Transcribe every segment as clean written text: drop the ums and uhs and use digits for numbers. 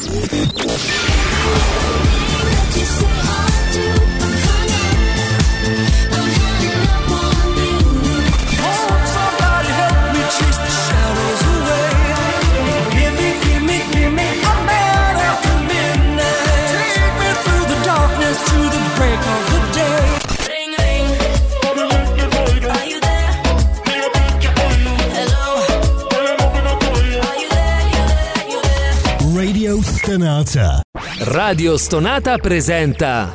Radio Stonata presenta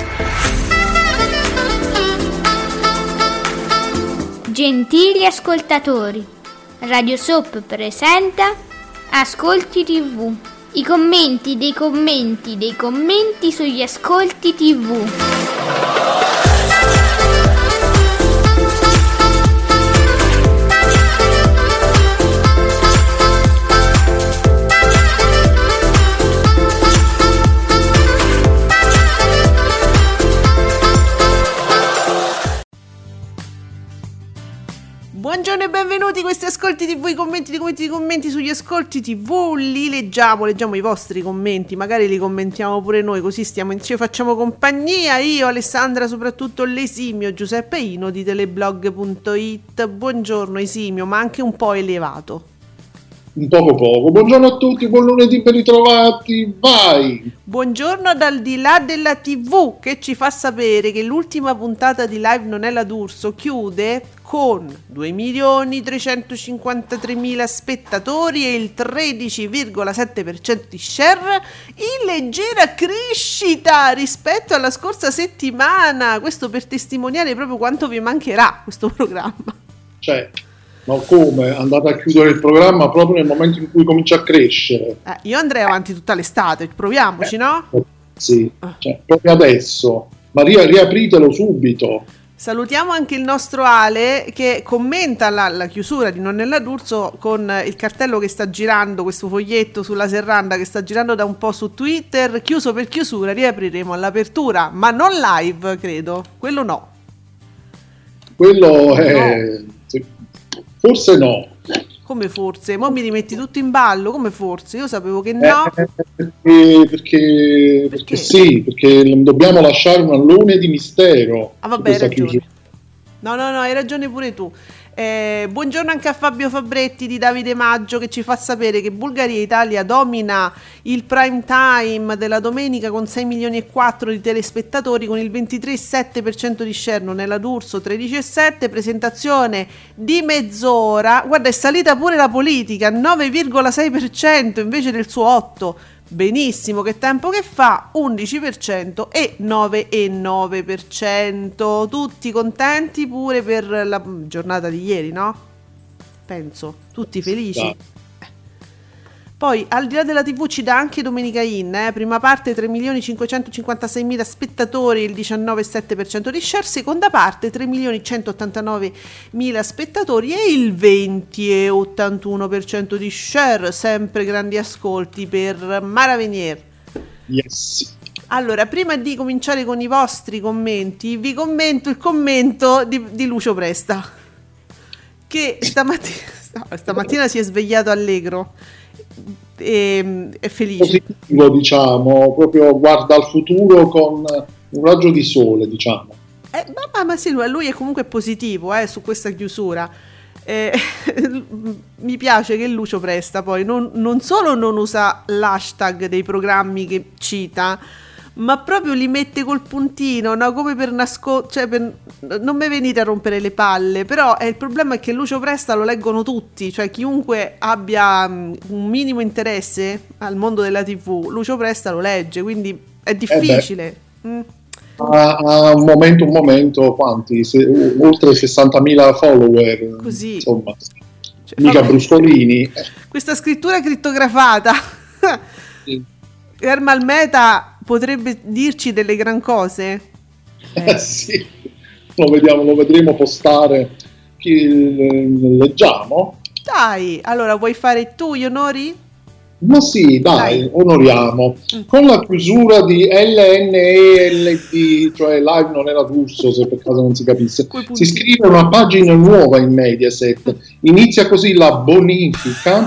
Gentili ascoltatori, Radio Soap presenta Ascolti TV. I commenti dei commenti dei commenti sugli ascolti TV. Buongiorno e benvenuti a questi ascolti TV, i commenti sugli ascolti TV, li leggiamo i vostri commenti, magari li commentiamo pure noi, così ci facciamo compagnia, io, Alessandra, soprattutto l'Esimio Giuseppe Ino di teleblog.it. Buongiorno Esimio, ma anche un po' elevato. Un poco. Buongiorno a tutti, buon lunedì, ben ritrovati, vai! Buongiorno dal di là della TV, che ci fa sapere che l'ultima puntata di Live Non è la D'Urso chiude con 2.353.000 spettatori e il 13,7% di share, in leggera crescita rispetto alla scorsa settimana. Questo per testimoniare proprio quanto vi mancherà questo programma. Ma come? Andate a chiudere il programma proprio nel momento in cui comincia a crescere? Io andrei avanti tutta l'estate, proviamoci, no? Sì, proprio adesso. Ma riapritelo subito. Salutiamo anche il nostro Ale che commenta la chiusura di Nonnella D'Urso con il cartello che sta girando, questo foglietto sulla serranda che sta girando da un po' su Twitter. Chiuso per chiusura, riapriremo all'apertura, ma non live, credo. Quello no. Quello è... No. Forse no. Come forse? Mo mi rimetti tutto in ballo? Come forse? Io sapevo che no. Perché sì, perché dobbiamo lasciare un allone di mistero. Vabbè, hai ragione. No, hai ragione pure tu. Buongiorno anche a Fabio Fabretti di Davide Maggio che ci fa sapere che Bulgaria e Italia domina il prime time della domenica con 6 milioni e 4 di telespettatori, con il 23,7% di share. Nonnella D'Urso 13,7%, presentazione di mezz'ora. Guarda, è salita pure la politica, 9,6% invece del suo 8%. Benissimo, che tempo che fa? 11% e 9,9%. Tutti contenti pure per la giornata di ieri, no? Penso, tutti felici. Poi, al di là della TV, ci dà anche Domenica In, prima parte 3.556.000 spettatori, il 19,7% di share, seconda parte 3.189.000 spettatori e il 20,81% di share, sempre grandi ascolti per Mara Venier. Yes. Allora, prima di cominciare con i vostri commenti, vi commento il commento di Lucio Presta, che stamattina si è svegliato allegro. È felice, positivo, diciamo, proprio guarda al futuro con un raggio di sole, diciamo. Ma sì, lui è comunque positivo su questa chiusura. Mi piace che Lucio Presta poi non solo non usa l'hashtag dei programmi che cita, ma proprio li mette col puntino, no? Come per nascondere, non mi venite a rompere le palle, però il problema è che Lucio Presta lo leggono tutti, cioè chiunque abbia un minimo interesse al mondo della TV, Lucio Presta lo legge, quindi è difficile. A un momento quanti? Oltre 60.000 follower, così, insomma, mica bruscolini. Questa scrittura crittografata sì. Ermal Meta potrebbe dirci delle gran cose. Sì, lo vedremo postare. Leggiamo? Dai, allora vuoi fare tu gli onori? Ma sì, dai. Onoriamo. Con la chiusura di LNELT, cioè Live Non è la D'Urso, se per caso non si capisse, si scrive una pagina nuova in Mediaset. Inizia così la bonifica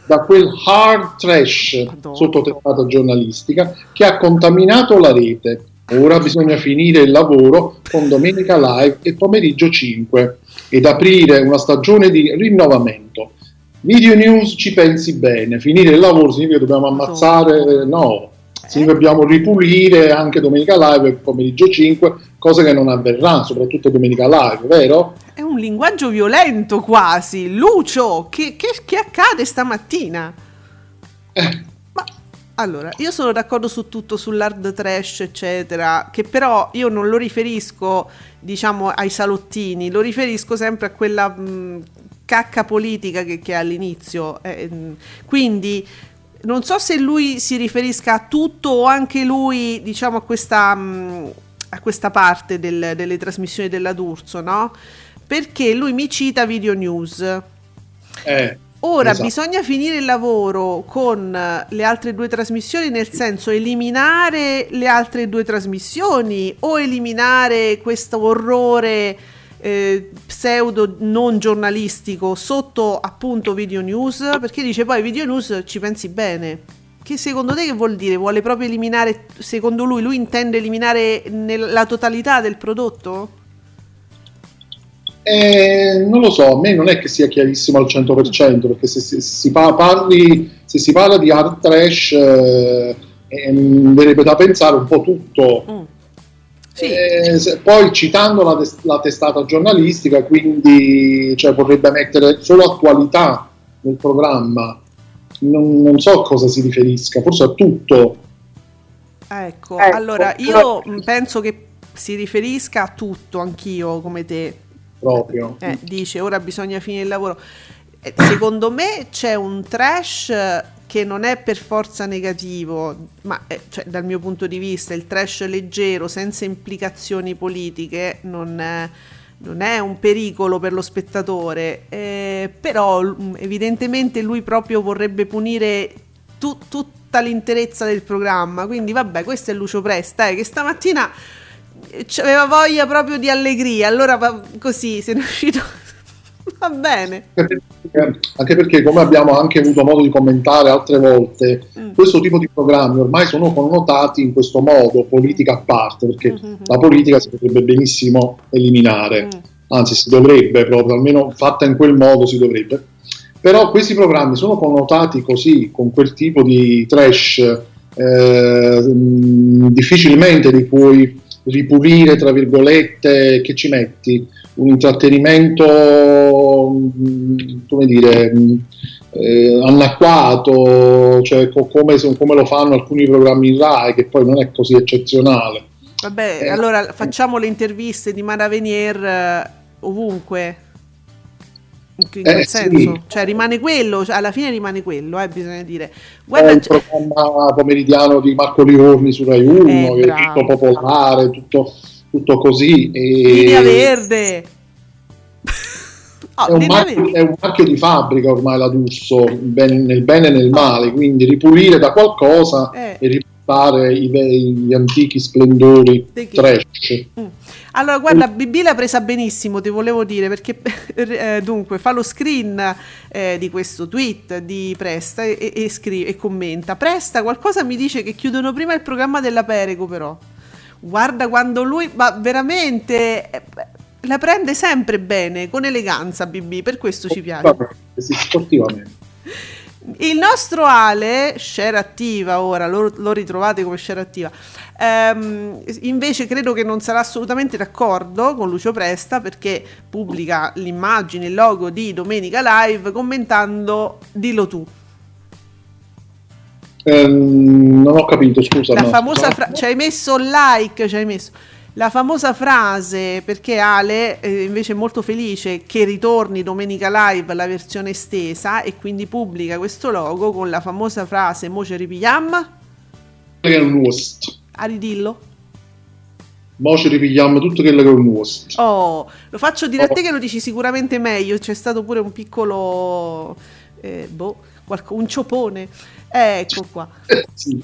da quel hard trash sotto testata giornalistica che ha contaminato la rete. Ora bisogna finire il lavoro con Domenica Live e Pomeriggio 5 ed aprire una stagione di rinnovamento. Video News, ci pensi bene, finire il lavoro significa che dobbiamo ammazzare, no, significa che dobbiamo ripulire anche Domenica Live e Pomeriggio 5, cose che non avverranno, soprattutto Domenica Live, vero? È un linguaggio violento quasi. Lucio, che accade stamattina? Ma allora, io sono d'accordo su tutto, sull'hard trash, eccetera, che però io non lo riferisco, diciamo, ai salottini, lo riferisco sempre a quella cacca politica che è all'inizio. Quindi non so se lui si riferisca a tutto o anche lui, diciamo, a questa parte delle trasmissioni della D'Urso, no? Perché lui mi cita Video News. Ora esatto. Bisogna finire il lavoro con le altre due trasmissioni, nel senso eliminare le altre due trasmissioni o eliminare questo orrore pseudo non giornalistico sotto appunto Video News, perché dice poi Video News, ci pensi bene. Che secondo te che vuol dire? Vuole proprio eliminare, secondo lui intende eliminare la totalità del prodotto? Non lo so, a me non è che sia chiarissimo al 100%, perché se si parla di hard trash verrebbe da pensare un po' tutto. Sì. Poi citando la testata giornalistica, quindi cioè, vorrebbe mettere solo attualità nel programma. Non so a cosa si riferisca, forse a tutto. Ecco, allora io penso che si riferisca a tutto, anch'io come te. Proprio. Dice ora bisogna finire il lavoro. Secondo me c'è un trash che non è per forza negativo, ma cioè, dal mio punto di vista il trash leggero senza implicazioni politiche non è un pericolo per lo spettatore, però evidentemente lui proprio vorrebbe punire tutta l'interezza del programma, quindi vabbè, questo è Lucio Presta che stamattina aveva voglia proprio di allegria, allora così se ne è uscito. Va bene. Anche perché, come abbiamo anche avuto modo di commentare altre volte, questo tipo di programmi ormai sono connotati in questo modo, politica a parte, perché la politica si potrebbe benissimo eliminare, anzi si dovrebbe proprio, almeno fatta in quel modo si dovrebbe. Però questi programmi sono connotati così, con quel tipo di trash, difficilmente li puoi ripulire, tra virgolette, che ci metti? Un intrattenimento, come dire, anacquato, cioè come lo fanno alcuni programmi in Rai, che poi non è così eccezionale. Vabbè, allora facciamo le interviste di Mara Venier ovunque, in quel senso, sì. Cioè rimane quello, alla fine rimane quello, bisogna dire. Guarda, il programma pomeridiano di Marco Liorni su Rai 1, che è tutto popolare, tutto così. Linea verde. È un marchio di fabbrica ormai la D'Urso, nel bene e nel male, quindi ripulire da qualcosa e riportare gli antichi splendori trash. Allora guarda, BB l'ha presa benissimo, ti volevo dire, perché dunque fa lo screen di questo tweet di Presta e scrive e commenta: Presta, qualcosa mi dice che chiudono prima il programma della Perego, però guarda quando lui, ma veramente la prende sempre bene, con eleganza BB, per questo ci piace. Sì, sportivamente. Il nostro Ale, share attiva ora, lo ritrovate come share attiva, invece credo che non sarà assolutamente d'accordo con Lucio Presta, perché pubblica l'immagine, il logo di Domenica Live commentando dillo tu. Non ho capito, scusa. La famosa ci hai messo like, la famosa frase, perché Ale invece è molto felice che ritorni Domenica Live la versione estesa e quindi pubblica questo logo con la famosa frase mo ci ripigliam, che è un host. A ridillo? Mo ci ripigliamo tutto quello che è un host. Oh, lo faccio dire a te che lo dici sicuramente meglio, c'è stato pure un piccolo un ciopone, ecco qua. Sì.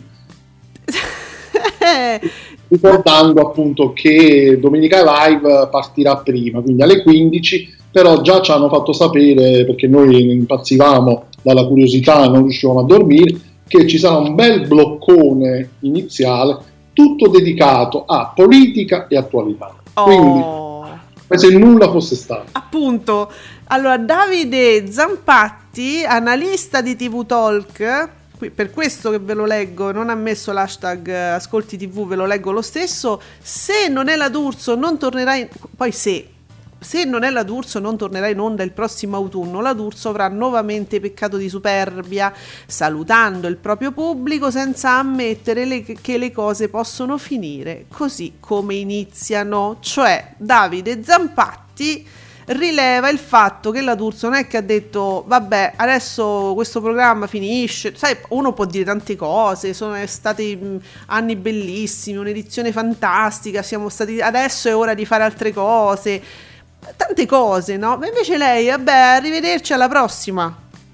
Ricordando appunto che Domenica Live partirà prima, quindi alle 15, però già ci hanno fatto sapere, perché noi impazzivamo dalla curiosità non riuscivano a dormire, che ci sarà un bel bloccone iniziale tutto dedicato a politica e attualità. Quindi, come se nulla fosse stato. Appunto. Allora, Davide Zampatti, analista di TV Talk, per questo che ve lo leggo, non ha messo l'hashtag Ascolti TV, ve lo leggo lo stesso. Se non è la D'Urso non tornerà poi se non è la D'Urso non tornerà in onda il prossimo autunno, la D'Urso avrà nuovamente peccato di superbia, salutando il proprio pubblico senza ammettere che le cose possono finire così come iniziano. Cioè, Davide Zampatti rileva il fatto che la D'Urso non è che ha detto vabbè adesso questo programma finisce, sai, uno può dire tante cose, sono stati anni bellissimi, un'edizione fantastica, siamo stati, adesso è ora di fare altre cose, tante cose, no? Ma invece lei, vabbè, arrivederci alla prossima.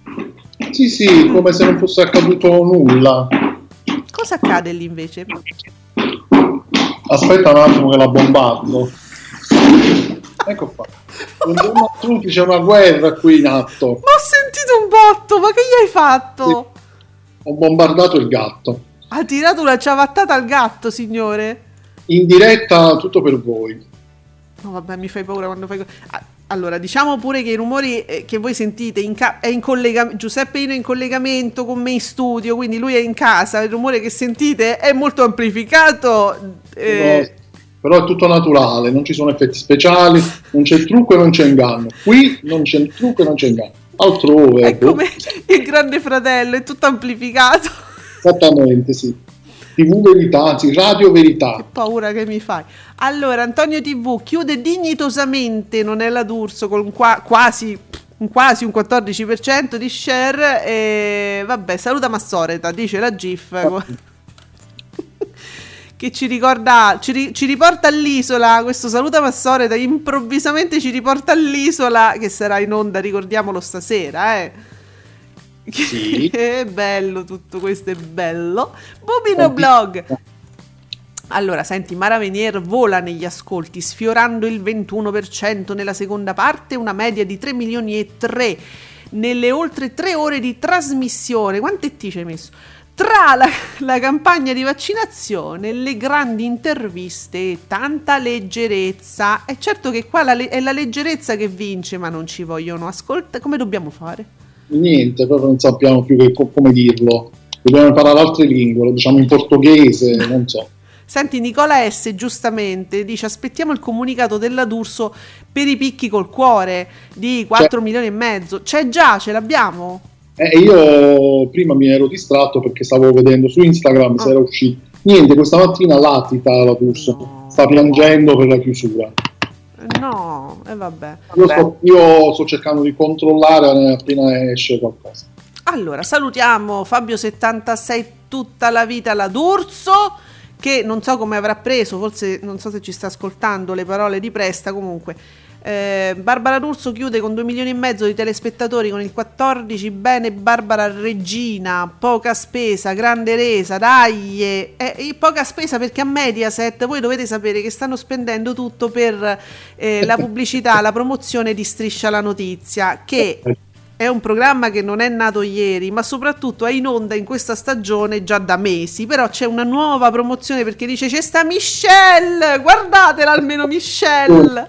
Sì, come se non fosse accaduto nulla. Cosa accade lì invece? Aspetta un attimo che la bombardo. Ecco qua. Buongiorno a tutti, c'è una guerra qui in atto. Ma ho sentito un botto, ma che gli hai fatto? Sì. Ho bombardato il gatto. Ha tirato una ciabattata al gatto, signore? In diretta, tutto per voi. No, vabbè, mi fai paura quando fai. Allora, diciamo pure che i rumori che voi sentite è in collegamento. Giuseppe Ino è in collegamento con me in studio, quindi lui è in casa. Il rumore che sentite è molto amplificato. Però è tutto naturale, non ci sono effetti speciali, non c'è trucco e non c'è inganno. Qui non c'è trucco e non c'è inganno. Altrove è come il Grande Fratello, è tutto amplificato. Esattamente, sì. TV Verità, anzi Radio Verità. Che paura che mi fai. Allora, Antonio TV chiude dignitosamente Non è la D'Urso con quasi un 14% di share e vabbè, saluta Massoreta, dice la GIF. Che ci ricorda, ci riporta all'isola, questo saluta Massoreta, improvvisamente ci riporta all'isola che sarà in onda, ricordiamolo stasera, Sì. È bello tutto questo, è bello. Bubino Blog. Allora, senti, Mara Venier vola negli ascolti, sfiorando il 21% nella seconda parte, una media di 3 milioni e 3 nelle oltre 3 ore di trasmissione. Quante T ci hai messo? Tra la campagna di vaccinazione, le grandi interviste e tanta leggerezza. È certo che qua è la leggerezza che vince, ma non ci vogliono ascoltare. Come dobbiamo fare? Niente, proprio non sappiamo più come dirlo. Dobbiamo imparare altre lingue, lo diciamo in portoghese, non so. Senti, Nicola S. giustamente dice aspettiamo il comunicato della D'Urso per i picchi col cuore di 4 milioni e mezzo. C'è già, ce l'abbiamo? Io prima mi ero distratto perché stavo vedendo su Instagram se era uscito. Niente, questa mattina latita la D'Urso, sta piangendo per la chiusura. No, e vabbè. Io sto cercando di controllare appena esce qualcosa. Allora, salutiamo Fabio76 tutta la vita la D'Urso, che non so come avrà preso, forse non so se ci sta ascoltando le parole di Presta, comunque. Barbara D'Urso chiude con 2 milioni e mezzo di telespettatori con il 14, bene Barbara Regina, poca spesa, grande resa, dai, poca spesa perché a Mediaset voi dovete sapere che stanno spendendo tutto per la pubblicità, la promozione di Striscia la Notizia, che è un programma che non è nato ieri, ma soprattutto è in onda in questa stagione già da mesi, però c'è una nuova promozione perché dice c'è sta Michelle, guardatela almeno Michelle.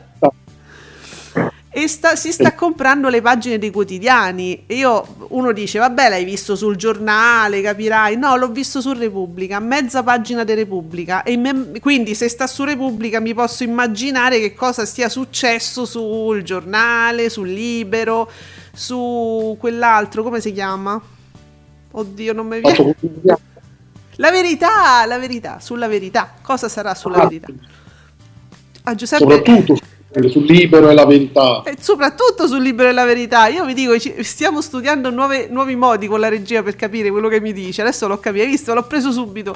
E si sta comprando le pagine dei quotidiani. E uno dice vabbè, l'hai visto sul giornale, capirai. No, l'ho visto su Repubblica, mezza pagina di Repubblica, quindi se sta su Repubblica mi posso immaginare che cosa sia successo sul giornale, sul Libero, su quell'altro, come si chiama? Oddio, non mi viene. La verità, sulla verità. Cosa sarà sulla verità? A Giuseppe... Soprattutto sul Libero e la Verità. E soprattutto sul Libero e la Verità. Io vi dico, stiamo studiando nuovi modi con la regia per capire quello che mi dice. Adesso l'ho capito, hai visto? L'ho preso subito.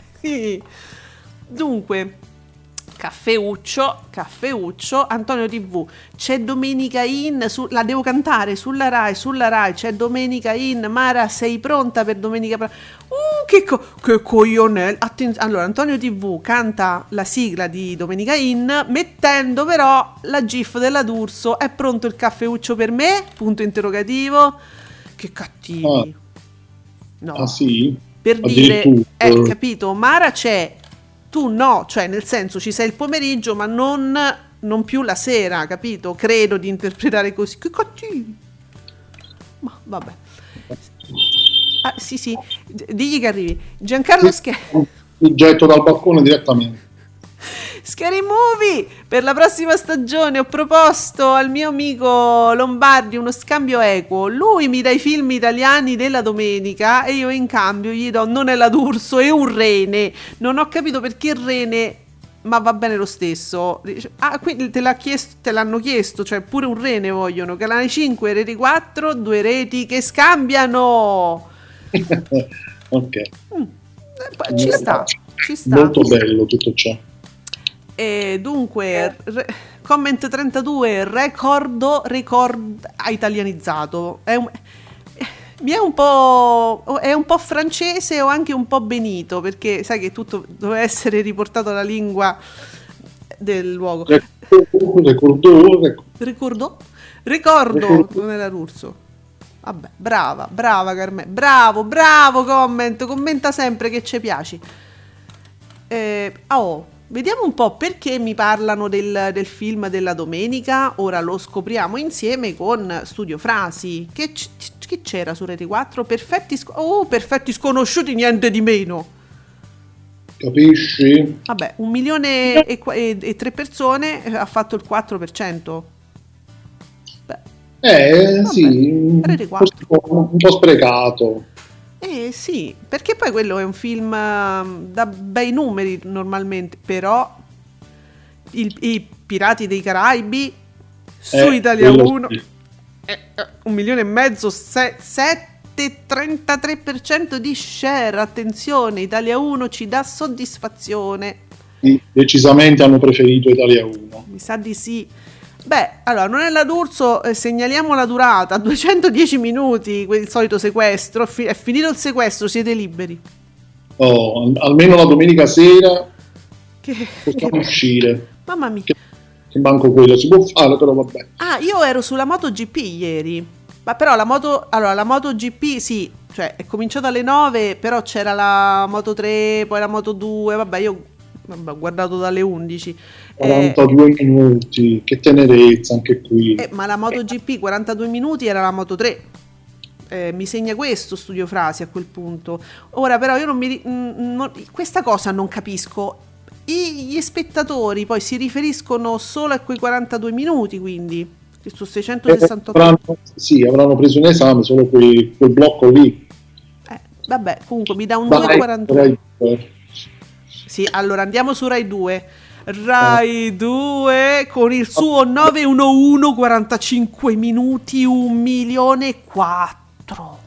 Dunque, Caffeuccio, Antonio TV, c'è Domenica In, la devo cantare sulla Rai, c'è Domenica In, Mara sei pronta per Domenica? Che coglionello. Allora Antonio TV canta la sigla di Domenica In mettendo però la gif della D'Urso, è pronto il caffeuccio per me? Punto interrogativo. che cattivi. No. Ah sì? Per dire, capito, Mara c'è, tu no, cioè nel senso ci sei il pomeriggio ma non più la sera, capito? Credo di interpretare così. Che cattivi. Ma vabbè. Ah, sì, digli che arrivi. Giancarlo Mi getto dal balcone direttamente. Scary Movie, per la prossima stagione ho proposto al mio amico Lombardi uno scambio equo. Lui mi dà i film italiani della domenica e io in cambio gli do Nonella d'Urso e un rene. Non ho capito perché il rene, ma va bene lo stesso. Ah, quindi te l'hanno chiesto, cioè pure un rene vogliono. Canale 5, Rete 4, 2 reti che scambiano. Ok. Ci sta. Molto bello tutto ciò. E dunque, comment 32, record italianizzato. È un po' francese o anche un po' benito, perché sai che tutto doveva essere riportato alla lingua del luogo. Ricordo, non era Russo. Vabbè, brava Carmen, bravo commenta sempre che ci piaci. Vediamo un po' perché mi parlano del film della domenica. Ora lo scopriamo insieme con Studio Frasi. Che c'era su Rete 4? Perfetti sconosciuti, niente di meno. Capisci? Vabbè, 1 milione e 3 persone ha fatto il 4%. Beh, sì, Rete 4. Un po' sprecato. Sì, perché poi quello è un film da bei numeri normalmente, però i Pirati dei Caraibi su Italia 1 sì. 1,5 milioni, 7,33% di share, attenzione, Italia 1 ci dà soddisfazione. Sì, decisamente hanno preferito Italia 1. Mi sa di sì. Beh, allora, Nonella d'Urso, segnaliamo la durata, 210 minuti, il solito sequestro, è finito il sequestro, siete liberi. Almeno la domenica sera possiamo uscire. Mamma mia. Che manco quello si può fare, però vabbè. Ah, io ero sulla MotoGP ieri, ma però la MotoGP sì, cioè è cominciata alle 9, però c'era la Moto 3, poi la Moto 2, vabbè, io ho guardato dalle 11. 42 minuti, che tenerezza anche qui. Ma la MotoGP 42 minuti era la Moto 3. Mi segna questo Studio Frasi a quel punto. Ora però io questa cosa non capisco. Gli spettatori poi si riferiscono solo a quei 42 minuti, quindi che su 668 avranno preso in esame solo quel blocco lì. Vabbè, comunque mi dà un 2,41. Sì, allora andiamo su Rai 2. Rai 2 con il suo 911, 45 minuti, 1 milione e 4.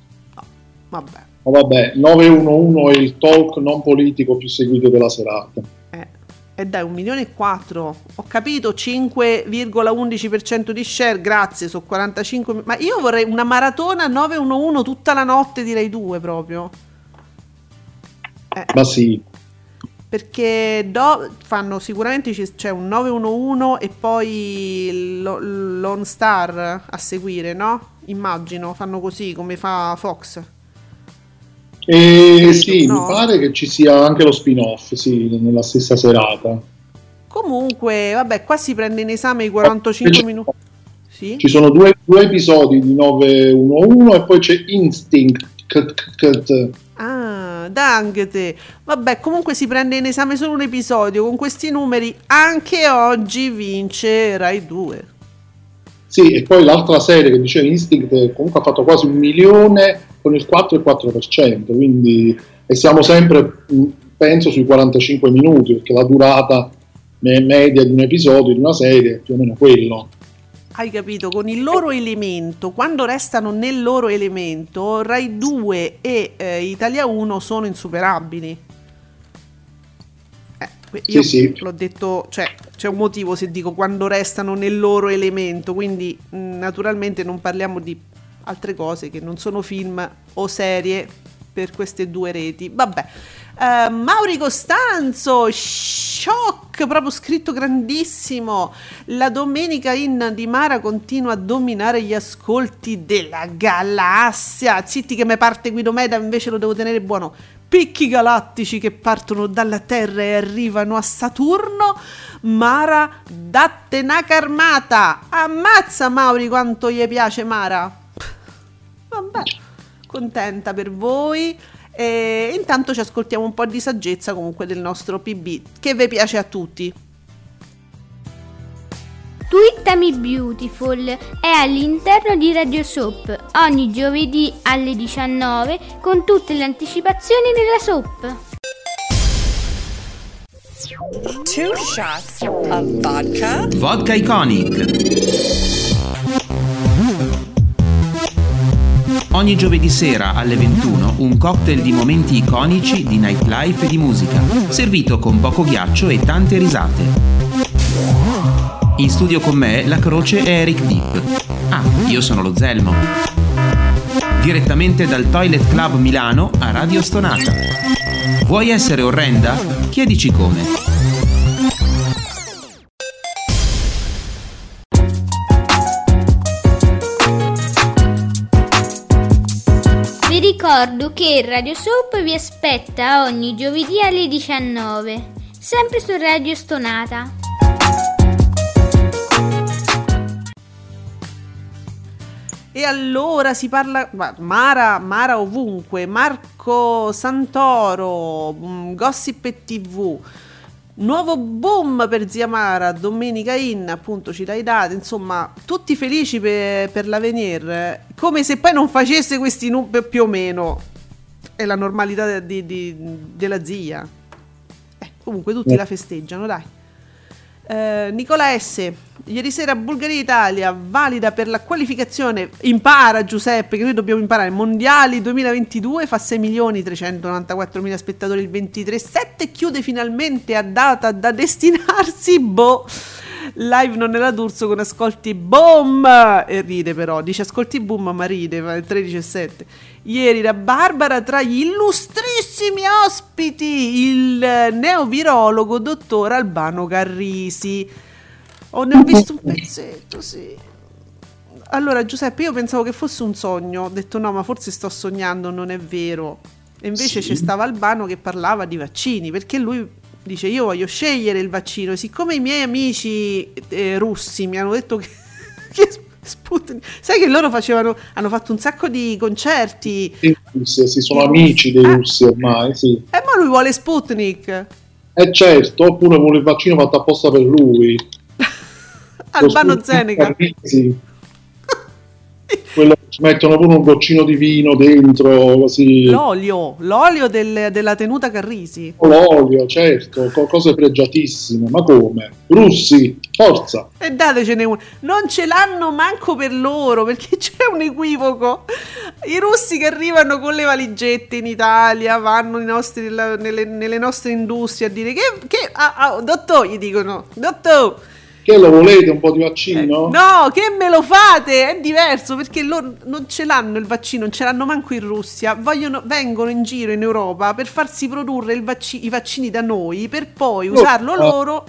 Vabbè, 911 è il talk non politico più seguito della serata. Dai, 1 milione e 4. Ho capito, 5,11% di share, grazie, sono 45. Ma io vorrei una maratona 911 tutta la notte di Rai 2 proprio. Ma sì. Perché fanno sicuramente c'è un 911 e poi l'On Star a seguire, no? Immagino, fanno così come fa Fox. Sì, no? Mi pare che ci sia anche lo spin-off, sì, nella stessa serata. Comunque, vabbè, qua si prende in esame i 45 minuti. Sì? Ci sono due episodi di 911 e poi c'è Instinct. Dangete. Vabbè, comunque si prende in esame solo un episodio. Con questi numeri anche oggi vince Rai 2. Sì, e poi l'altra serie che diceva Instinct comunque ha fatto quasi 1 milione con il 4,4%, quindi siamo sempre, penso, sui 45 minuti, perché la durata media di un episodio, di una serie, è più o meno quello. Hai capito? Con il loro elemento, quando restano nel loro elemento, Rai 2 e Italia 1 sono insuperabili. Io sì. L'ho detto, cioè c'è un motivo se dico quando restano nel loro elemento, quindi naturalmente non parliamo di altre cose che non sono film o serie per queste due reti. Vabbè, Mauri Costanzo, shock, proprio scritto grandissimo. La domenica in di Mara continua a dominare gli ascolti della galassia. Zitti che me parte Guido Meda, invece lo devo tenere buono. Picchi galattici che partono dalla Terra e arrivano a Saturno. Mara, datte una carmata. Ammazza Mauri quanto gli piace Mara. Vabbè, contenta per voi. E intanto ci ascoltiamo un po' di saggezza comunque del nostro PB che vi piace a tutti. Twittami Beautiful è all'interno di Radio Soap ogni giovedì alle 19 con tutte le anticipazioni della soap. 2 shots of vodka. Vodka Iconic. Ogni giovedì sera alle 21 un cocktail di momenti iconici di nightlife e di musica, servito con poco ghiaccio e tante risate. In studio con me la croce è Eric Deep. Ah, io sono lo Zelmo. Direttamente dal Toilet Club Milano a Radio Stonata. Vuoi essere orrenda? Chiedici come. Vi ricordo che Radio Soap vi aspetta ogni giovedì alle 19, sempre su Radio Stonata. E allora si parla Mara ovunque, Marco Santoro, Gossip TV, nuovo boom per zia Mara, domenica in, appunto ci dai date, insomma tutti felici per l'Avenir, come se poi non facesse questi numeri più o meno, è la normalità della zia, comunque tutti la festeggiano, dai. Nicola S, ieri sera Bulgaria-Italia valida per la qualificazione, impara Giuseppe che noi dobbiamo imparare, mondiali 2022, fa 6.394.000 spettatori il 23/7, chiude finalmente a data da destinarsi, live non era d'Urso con ascolti boom, e ride però, dice ascolti boom ma ride, fa il 13/7. Ieri la Barbara tra gli illustrissimi ospiti, il neovirologo dottor Albano Carrisi. Ne ho visto un pezzetto, sì. Allora Giuseppe, io pensavo che fosse un sogno, ho detto no, ma forse sto sognando, non è vero. E invece c'è stava Albano che parlava di vaccini, perché lui dice io voglio scegliere il vaccino, siccome i miei amici russi mi hanno detto che Sputnik, sai che loro hanno fatto un sacco di concerti in Russia, sì, sono amici dei russi ormai, sì. Ma lui vuole Sputnik, certo, oppure vuole il vaccino fatto apposta per lui. Albano Zeneca, sì. Quello che ci mettono pure un goccino di vino dentro, così. L'olio della tenuta Carrisi. L'olio, certo, cose pregiatissime, ma come? Russi, forza! E datecene uno. Non ce l'hanno manco per loro, perché c'è un equivoco. I russi che arrivano con le valigette in Italia, vanno nelle nostre industrie a dire che dottor, gli dicono, dottor, che lo volete un po' di vaccino? No, che me lo fate? È diverso, perché loro non ce l'hanno il vaccino, non ce l'hanno manco in Russia, vengono in giro in Europa per farsi produrre i vaccini da noi, per poi usarlo loro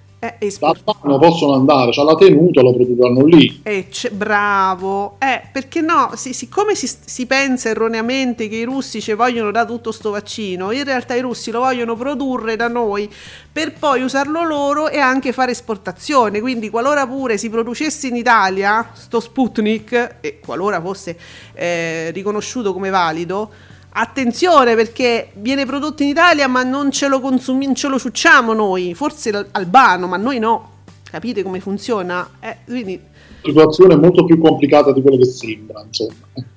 no, possono andare, c'ha la tenuta, lo produrranno lì. Bravo, perché no, siccome si pensa erroneamente che i russi ci vogliono da tutto sto vaccino, in realtà i russi lo vogliono produrre da noi per poi usarlo loro e anche fare esportazione, quindi qualora pure si producesse in Italia sto Sputnik, e qualora fosse riconosciuto come valido, attenzione, perché viene prodotto in Italia ma non ce lo ciucciamo noi, forse Albano, ma noi no, capite come funziona? Quindi situazione molto più complicata di quello che sembra, insomma.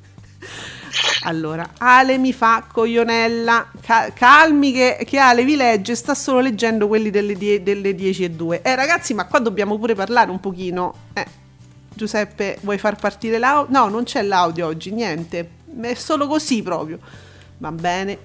Allora, Ale mi fa coglionella, calmi che Ale vi legge, sta solo leggendo quelli delle 10:02. Ragazzi, ma qua dobbiamo pure parlare un pochino. Giuseppe, vuoi far partire l'audio? No, non c'è l'audio oggi, niente, è solo così proprio. Va bene.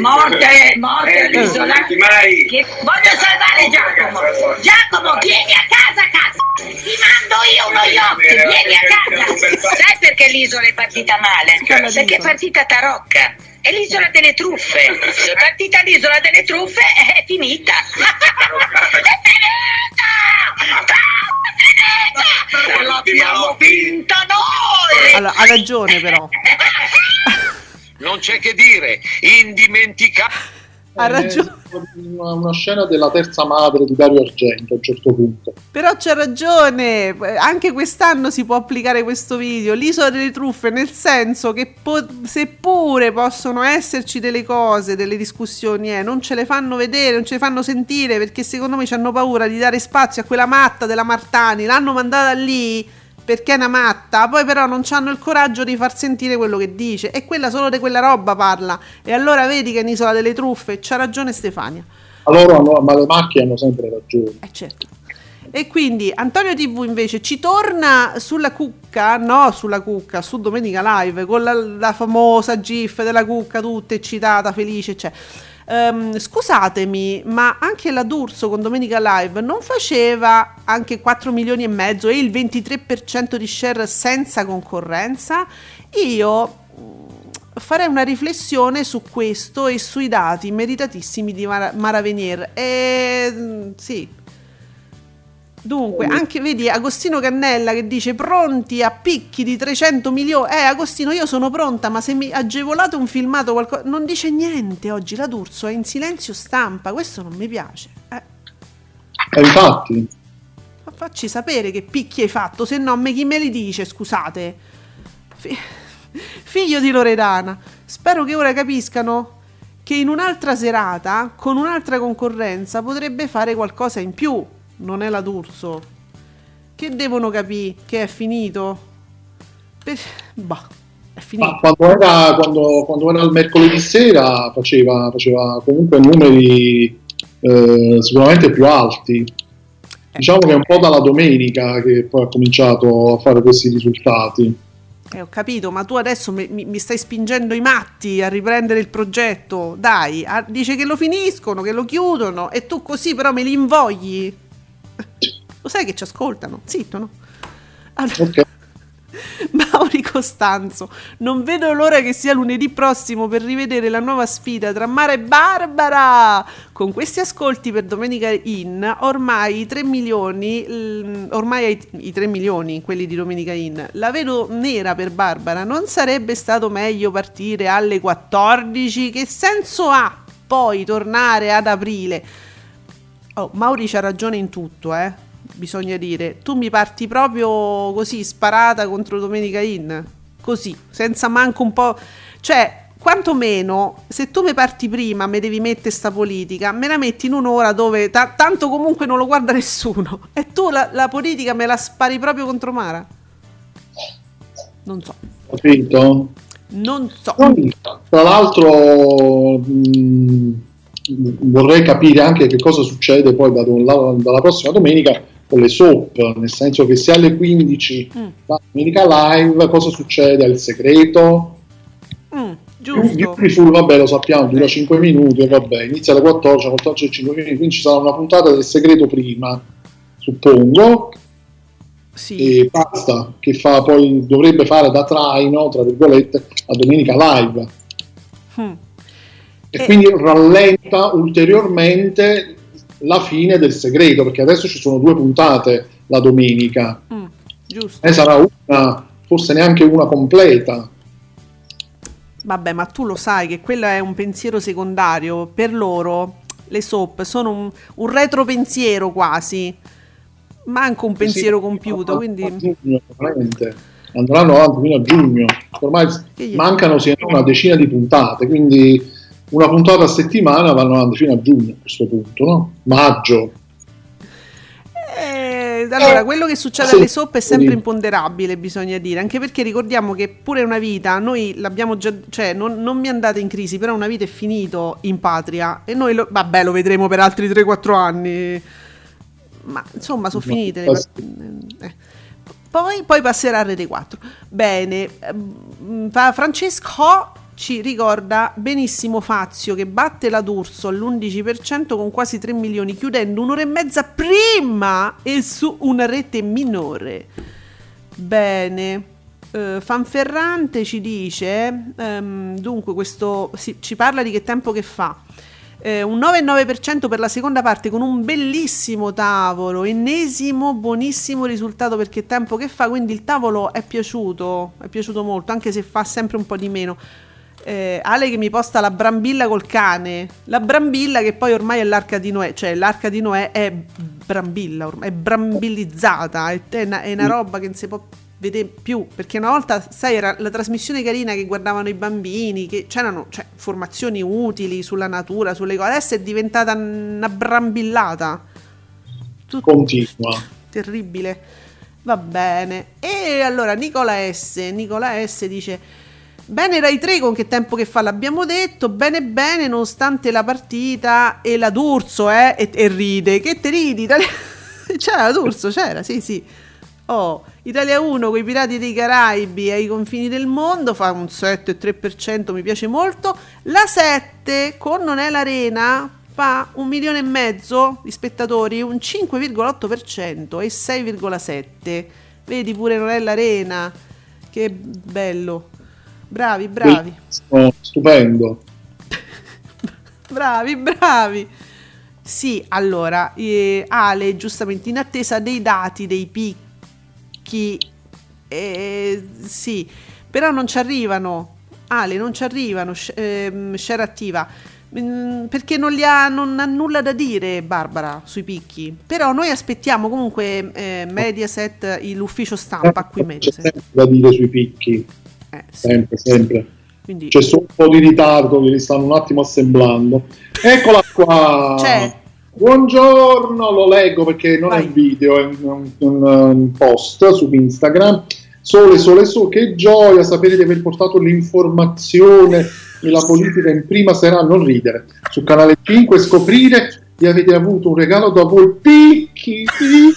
morte all'isola. Voglio salvare Giacomo. Giacomo, vieni a casa, cazzo. Ti mando io uno yacht, vieni a casa. Sai perché l'isola è partita male? Perché è partita tarocca. È l'isola delle truffe. Se è partita l'isola delle truffe, è finita. È finita! L'abbiamo vinta noi! Allora, ha ragione però. Non c'è che dire, indimenticabile. Ha ragione. Una scena della terza madre di Dario Argento a un certo punto. Però c'ha ragione, anche quest'anno si può applicare questo video, l'isola delle truffe, nel senso che seppure possono esserci delle cose, delle discussioni, non ce le fanno vedere, non ce le fanno sentire, perché secondo me hanno paura di dare spazio a quella matta della Martani, l'hanno mandata lì perché è una matta, poi però non hanno il coraggio di far sentire quello che dice, e quella solo di quella roba parla, e allora vedi che è un'isola delle truffe. C'ha ragione Stefania. Allora, ma le macchie hanno sempre ragione. Certo. E quindi Antonio TV invece ci torna sulla cucca, no sulla cucca, su Domenica Live, con la famosa gif della cucca tutta eccitata, felice, cioè. Scusatemi, ma anche la D'Urso con Domenica Live non faceva anche 4 milioni e mezzo e il 23% di share senza concorrenza? Io farei una riflessione su questo e sui dati meritatissimi di Mara Venier. Sì. Dunque, anche vedi Agostino Cannella che dice pronti a picchi di 300 milioni. Agostino, io sono pronta, ma se mi agevolate un filmato qualcosa, non dice niente oggi la D'Urso, è in silenzio stampa, questo non mi piace. Infatti. Ma facci sapere che picchi hai fatto, se no chi me li dice, scusate. Figlio di Loredana, spero che ora capiscano che in un'altra serata, con un'altra concorrenza, potrebbe fare qualcosa in più. Non è la D'Urso. Che devono capire? Che è finito? È finito. Ma quando era il mercoledì sera faceva comunque numeri sicuramente più alti. Diciamo che è un po' dalla domenica che poi ha cominciato a fare questi risultati. Ho capito, ma tu adesso mi stai spingendo i matti a riprendere il progetto. Dai, dice che lo finiscono, che lo chiudono, e tu così però me li invogli. Lo sai che ci ascoltano? Zitto, no? Allora, okay. Mauri Costanzo, non vedo l'ora che sia lunedì prossimo per rivedere la nuova sfida tra Mara e Barbara. Con questi ascolti per Domenica In, ormai i 3 milioni, i 3 milioni, quelli di Domenica In, la vedo nera per Barbara. Non sarebbe stato meglio partire alle 14? Che senso ha poi tornare ad aprile? Mauri c'ha ragione in tutto, bisogna dire. Tu mi parti proprio così, sparata contro Domenica In, così, senza manco un po', cioè, quantomeno, se tu mi parti prima, me devi mettere sta politica, me la metti in un'ora dove tanto comunque non lo guarda nessuno, e tu la politica me la spari proprio contro Mara? Non so. Capito? Non so. Tra l'altro vorrei capire anche che cosa succede poi dalla prossima domenica con le soap, nel senso che se alle 15 la Domenica Live, cosa succede? È il segreto? Giusto. Beautiful, vabbè, lo sappiamo, dura 5 minuti e vabbè, inizia alle 14 e 5 minuti, quindi ci sarà una puntata del segreto prima, suppongo. Sì. E basta, che poi dovrebbe fare da traino, tra virgolette, a Domenica Live. E quindi rallenta ulteriormente la fine del segreto, perché adesso ci sono 2 puntate la domenica. Giusto. Sarà una, forse neanche una completa. Vabbè, ma tu lo sai che quello è un pensiero secondario. Per loro le soap sono un retropensiero quasi, manco un pensiero compiuto, quindi andranno avanti fino a giugno. Ormai mancano una decina di puntate, quindi una puntata a settimana, vanno avanti fino a giugno a questo punto, no? Maggio. Allora, quello che succede alle soap è sempre imponderabile, bisogna dire, anche perché ricordiamo che pure una vita, noi l'abbiamo già, cioè non mi andate in crisi, però una vita è finito in patria e noi lo vedremo per altri 3-4 anni, ma insomma sono finite. Poi passerà a Rete 4. Bene, Francesco ci ricorda benissimo Fazio che batte la D'Urso all'11% con quasi 3 milioni, chiudendo un'ora e mezza prima e su una rete minore. Bene. Fanferrante ci dice, dunque questo ci parla di che tempo che fa. Un 9,9% per la seconda parte con un bellissimo tavolo, ennesimo buonissimo risultato per che tempo che fa, quindi il tavolo è piaciuto molto, anche se fa sempre un po' di meno. Ale che mi posta la brambilla col cane, la brambilla che poi ormai è l'arca di Noè, cioè l'arca di Noè è brambilla, ormai è brambillizzata, è una roba che non si può vedere più, perché una volta, sai, era la trasmissione carina che guardavano i bambini, che c'erano informazioni utili sulla natura, sulle cose. Adesso è diventata una brambillata continua, terribile. Va bene. E allora Nicola S dice: bene Rai 3 con che tempo che fa, l'abbiamo detto, bene nonostante la partita e la D'Urso e ride, che te ridi? C'era la D'Urso, c'era, sì. Italia 1 con i Pirati dei Caraibi ai confini del mondo fa un 7,3%, mi piace molto. La 7 con Non è l'Arena fa 1,5 milioni di spettatori, un 5,8% e 6,7%. Vedi, pure Non è l'Arena, che bello. Bravi. Stupendo. bravi. Sì, allora Ale giustamente in attesa dei dati dei picchi, sì, però non ci arrivano, Ale, non ci arrivano. Share attiva, perché non ha nulla da dire Barbara sui picchi, però noi aspettiamo comunque Mediaset, l'ufficio stampa qui Mediaset. C'è sempre da dire sui picchi, sì. sempre. Quindi c'è solo un po' di ritardo che li stanno un attimo assemblando. Eccola qua. C'è. Buongiorno, lo leggo perché non è un video, è un post su Instagram. Sole, che gioia sapere di aver portato l'informazione e la politica in prima serata, non ridere. Su Canale 5 scoprire di avete avuto un regalo da voi, picchi.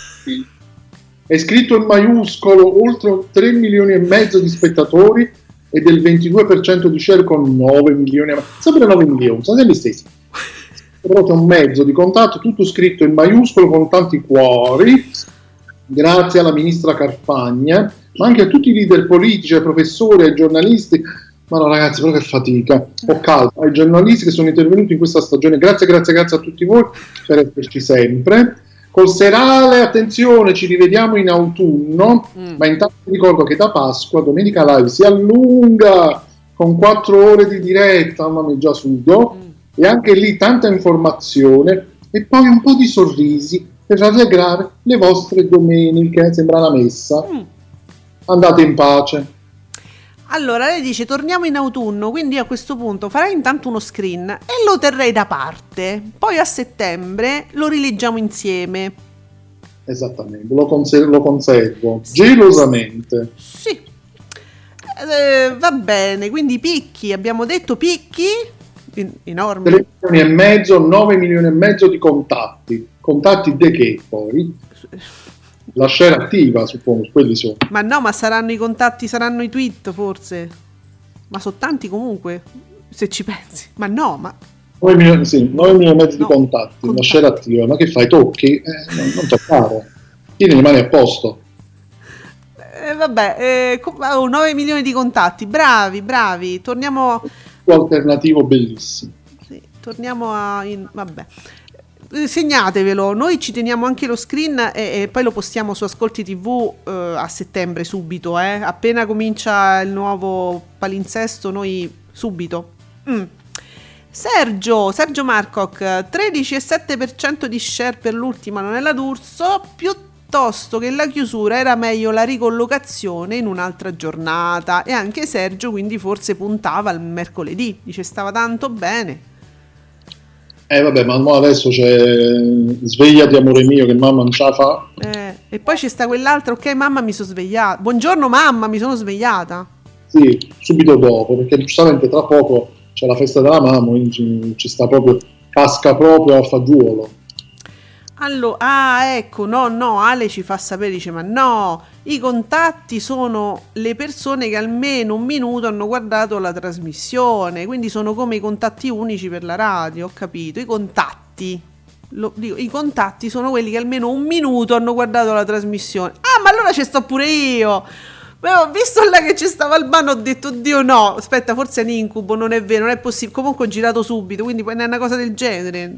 È scritto in maiuscolo, oltre 3 milioni e mezzo di spettatori e del 22% di share con 9 milioni, sempre 9 milioni, sono gli stessi. Proprio un mezzo di contatto, tutto scritto in maiuscolo con tanti cuori, grazie alla ministra Carfagna, ma anche a tutti i leader politici, ai professori, ai giornalisti. Ma no ragazzi, però che fatica, ho calma, ai giornalisti che sono intervenuti in questa stagione, grazie a tutti voi per esserci sempre. Col serale, attenzione, ci rivediamo in autunno, ma intanto ricordo che da Pasqua Domenica Live si allunga con 4 ore di diretta, mamma mia, già sudo. E anche lì tanta informazione e poi un po' di sorrisi per rallegrare le vostre domeniche. Sembra la messa. Andate in pace. Allora lei dice torniamo in autunno, quindi a questo punto farai intanto uno screen e lo terrei da parte, poi a settembre lo rileggiamo insieme. Esattamente, lo conservo gelosamente. Sì. Va bene, quindi picchi, abbiamo detto picchi enormi. 3 milioni e mezzo, 9 milioni e mezzo di contatti di che poi? La share attiva, suppongo, quelli sono. Ma no, ma saranno i contatti, saranno i tweet forse. Ma sono tanti comunque, se ci pensi. Ma no, ma 9 milioni e mezzo di contatti, la share attiva. Ma che fai? Tocchi? Non toccare. Tieni le mani a posto. Vabbè, 9 milioni di contatti. Bravi. Torniamo. Alternativo bellissimo. Sì, torniamo vabbè. Segnatevelo, noi ci teniamo anche lo screen e poi lo postiamo su Ascolti TV a settembre subito, appena comincia il nuovo palinsesto, noi subito. Sergio Marcoc, 13,7% di share per l'ultima Non è la D'Urso, piuttosto che la chiusura era meglio la ricollocazione in un'altra giornata, e anche Sergio quindi forse puntava al mercoledì, dice stava tanto bene. Vabbè, ma adesso c'è svegliati amore mio che mamma non ce la fa. E poi c'è sta quell'altro, ok mamma mi sono svegliata, buongiorno mamma mi sono svegliata. Sì, subito dopo, perché giustamente tra poco c'è la festa della mamma, quindi ci sta proprio, casca proprio a fagiolo. Allora, ecco, no, Ale ci fa sapere, dice, ma no, i contatti sono le persone che almeno un minuto hanno guardato la trasmissione, quindi sono come i contatti unici per la radio, ho capito, i contatti sono quelli che almeno un minuto hanno guardato la trasmissione. Ah, ma allora ci sto pure io. Beh, ho visto là che ci stava Albano, ho detto, oddio no, aspetta, forse è un incubo, non è vero, non è possibile, comunque ho girato subito, quindi poi è una cosa del genere.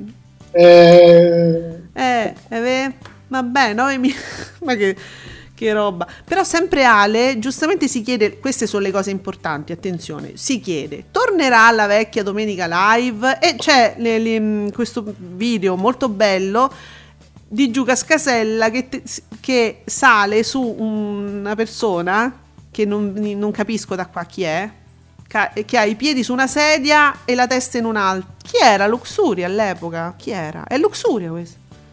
Vabbè, no? Ma che roba. Però sempre Ale giustamente si chiede, queste sono le cose importanti, attenzione, si chiede, tornerà la vecchia Domenica Live? E c'è questo video molto bello di Giuca Scasella che sale su una persona che non capisco da qua chi è, che ha i piedi su una sedia e la testa in un'altra. Chi era? Luxuria all'epoca? Chi era? È Luxuria questo.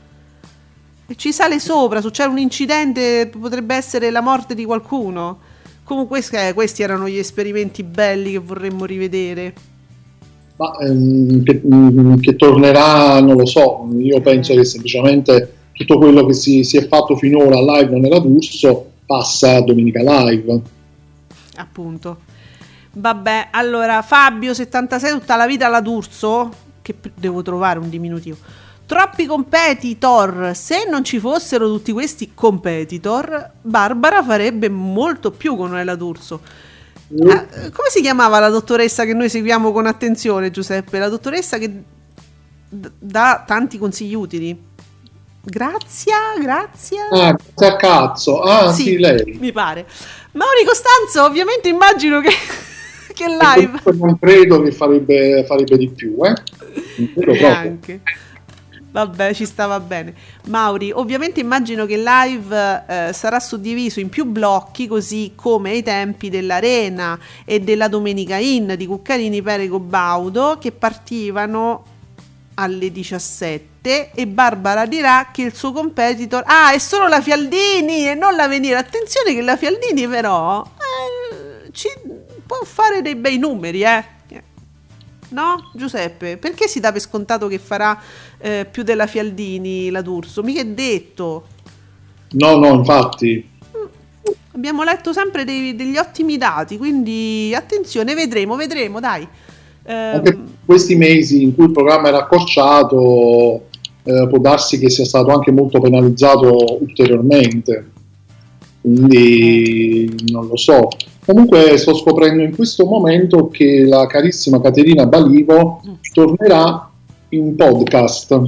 E ci sale sopra, succede un incidente, potrebbe essere la morte di qualcuno. Comunque questi erano gli esperimenti belli che vorremmo rivedere. Ma che tornerà non lo so, io penso che semplicemente tutto quello che si è fatto finora live non era D'Urso passa a Domenica Live. Appunto. Vabbè, allora Fabio 76, tutta la vita alla D'Urso, che devo trovare un diminutivo. Troppi competitor, se non ci fossero tutti questi competitor, Barbara farebbe molto più con Noela D'Urso. Come si chiamava la dottoressa che noi seguiamo con attenzione, Giuseppe? La dottoressa che dà tanti consigli utili. Grazie. Grazie a cazzo. Sì, lei. Mi pare. Mauri Costanzo, ovviamente immagino che live. Non credo che farebbe di più, Non credo neanche. Vabbè, ci stava bene. Mauri, ovviamente immagino che live sarà suddiviso in più blocchi, così come ai tempi dell'Arena e della Domenica In di Cuccarini, Perego, Baudo, che partivano alle 17 e Barbara dirà che il suo competitor è solo la Fialdini e non l'Avvenire. Attenzione che la Fialdini però ci può fare dei bei numeri, no, Giuseppe? Perché si dà per scontato che farà più della Fialdini la D'Urso? Mica è detto. No, infatti. Abbiamo letto sempre degli ottimi dati, quindi attenzione, vedremo, dai. Anche questi mesi in cui il programma era accorciato, può darsi che sia stato anche molto penalizzato ulteriormente. Quindi non lo so. Comunque sto scoprendo in questo momento che la carissima Caterina Balivo tornerà in podcast.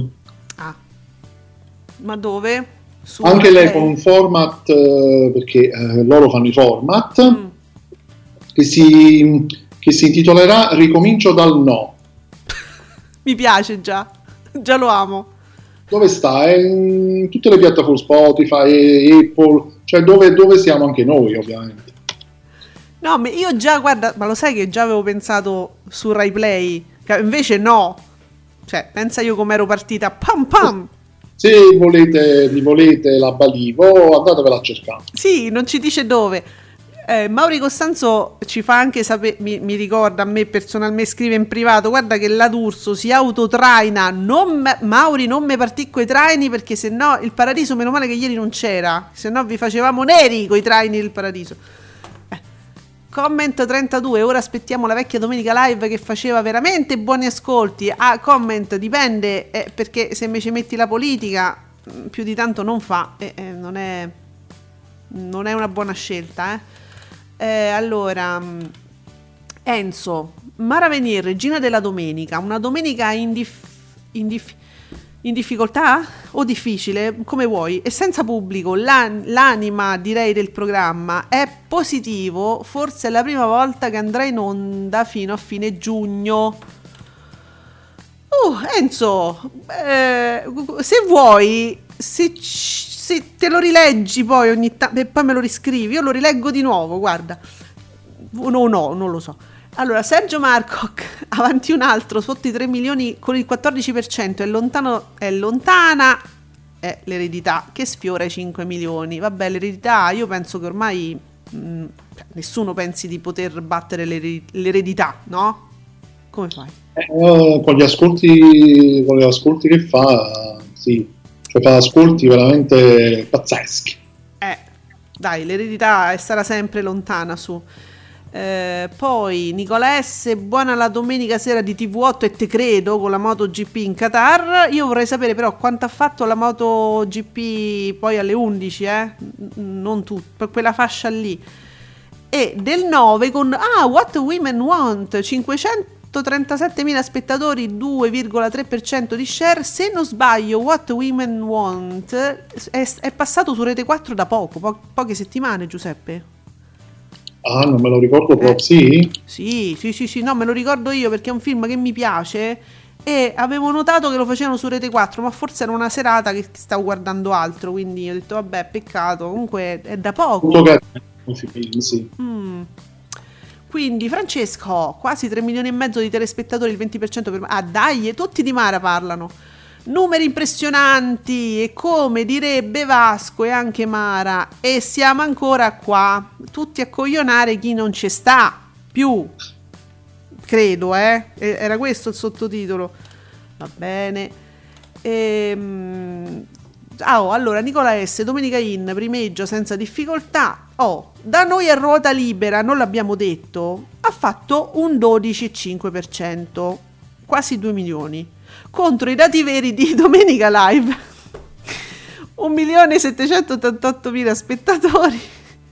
Ma dove? Anche lei con un format, perché loro fanno i format, che si intitolerà Ricomincio dal no. Mi piace già lo amo. Dove sta? È in tutte le piattaforme, Spotify, Apple, cioè dove siamo anche noi, ovviamente. No, ma io già, guarda, ma lo sai che già avevo pensato su Rai Play, invece no. Cioè, pensa io come ero partita, pam. Se volete la Balivo, andatevela a cercare. Sì, non ci dice dove. Mauri Costanzo ci fa anche sapere, mi ricorda a me personalmente, scrive in privato, guarda che la D'Urso si autotraina, Mauri non me partì coi traini perché sennò il paradiso, meno male che ieri non c'era, sennò vi facevamo neri coi traini del paradiso. Comment 32, ora aspettiamo la vecchia Domenica Live che faceva veramente buoni ascolti. Comment dipende, perché se invece metti la politica più di tanto non fa, non è una buona scelta, allora Enzo, Mara Venier, regina della domenica, una domenica in difficoltà o difficile, come vuoi, e senza pubblico, l'anima direi del programma è positivo, forse è la prima volta che andrà in onda fino a fine giugno. Enzo, se vuoi, se te lo rileggi poi ogni tanto e poi me lo riscrivi, io lo rileggo di nuovo, guarda. No, non lo so. Allora, Sergio Marcoc, avanti un altro, sotto i 3 milioni con il 14%, è lontana l'eredità che sfiora i 5 milioni. Vabbè, l'eredità, io penso che ormai nessuno pensi di poter battere l'eredità, no? Come fai? Con gli ascolti che fa, sì. cioè fa ascolti veramente pazzeschi. Dai, l'eredità sarà sempre lontana su. Poi Nicola S, buona la domenica sera di TV8 e te credo con la MotoGP in Qatar. Io vorrei sapere però quanto ha fatto la MotoGP poi alle 11, non tu, per quella fascia lì. E del 9 con What Women Want, 537.000 spettatori, 2,3% di share. Se non sbaglio, What Women Want è passato su Rete 4 da poche settimane, Giuseppe. Non me lo ricordo proprio, sì? Sì, no, me lo ricordo io perché è un film che mi piace e avevo notato che lo facevano su Rete 4, ma forse era una serata che stavo guardando altro, quindi ho detto vabbè, peccato, comunque è da poco. Sì. Quindi Francesco, quasi 3 milioni e mezzo di telespettatori, il 20% per... dai, tutti di Mara parlano. Numeri impressionanti e come direbbe Vasco e anche Mara, e siamo ancora qua, tutti a coglionare chi non ci sta più, credo, era questo il sottotitolo, va bene. Allora Nicola S, Domenica In, primeggio senza difficoltà. Da noi a ruota libera, non l'abbiamo detto, ha fatto un 12,5%, quasi 2 milioni, contro i dati veri di Domenica Live, 1.788.000 spettatori,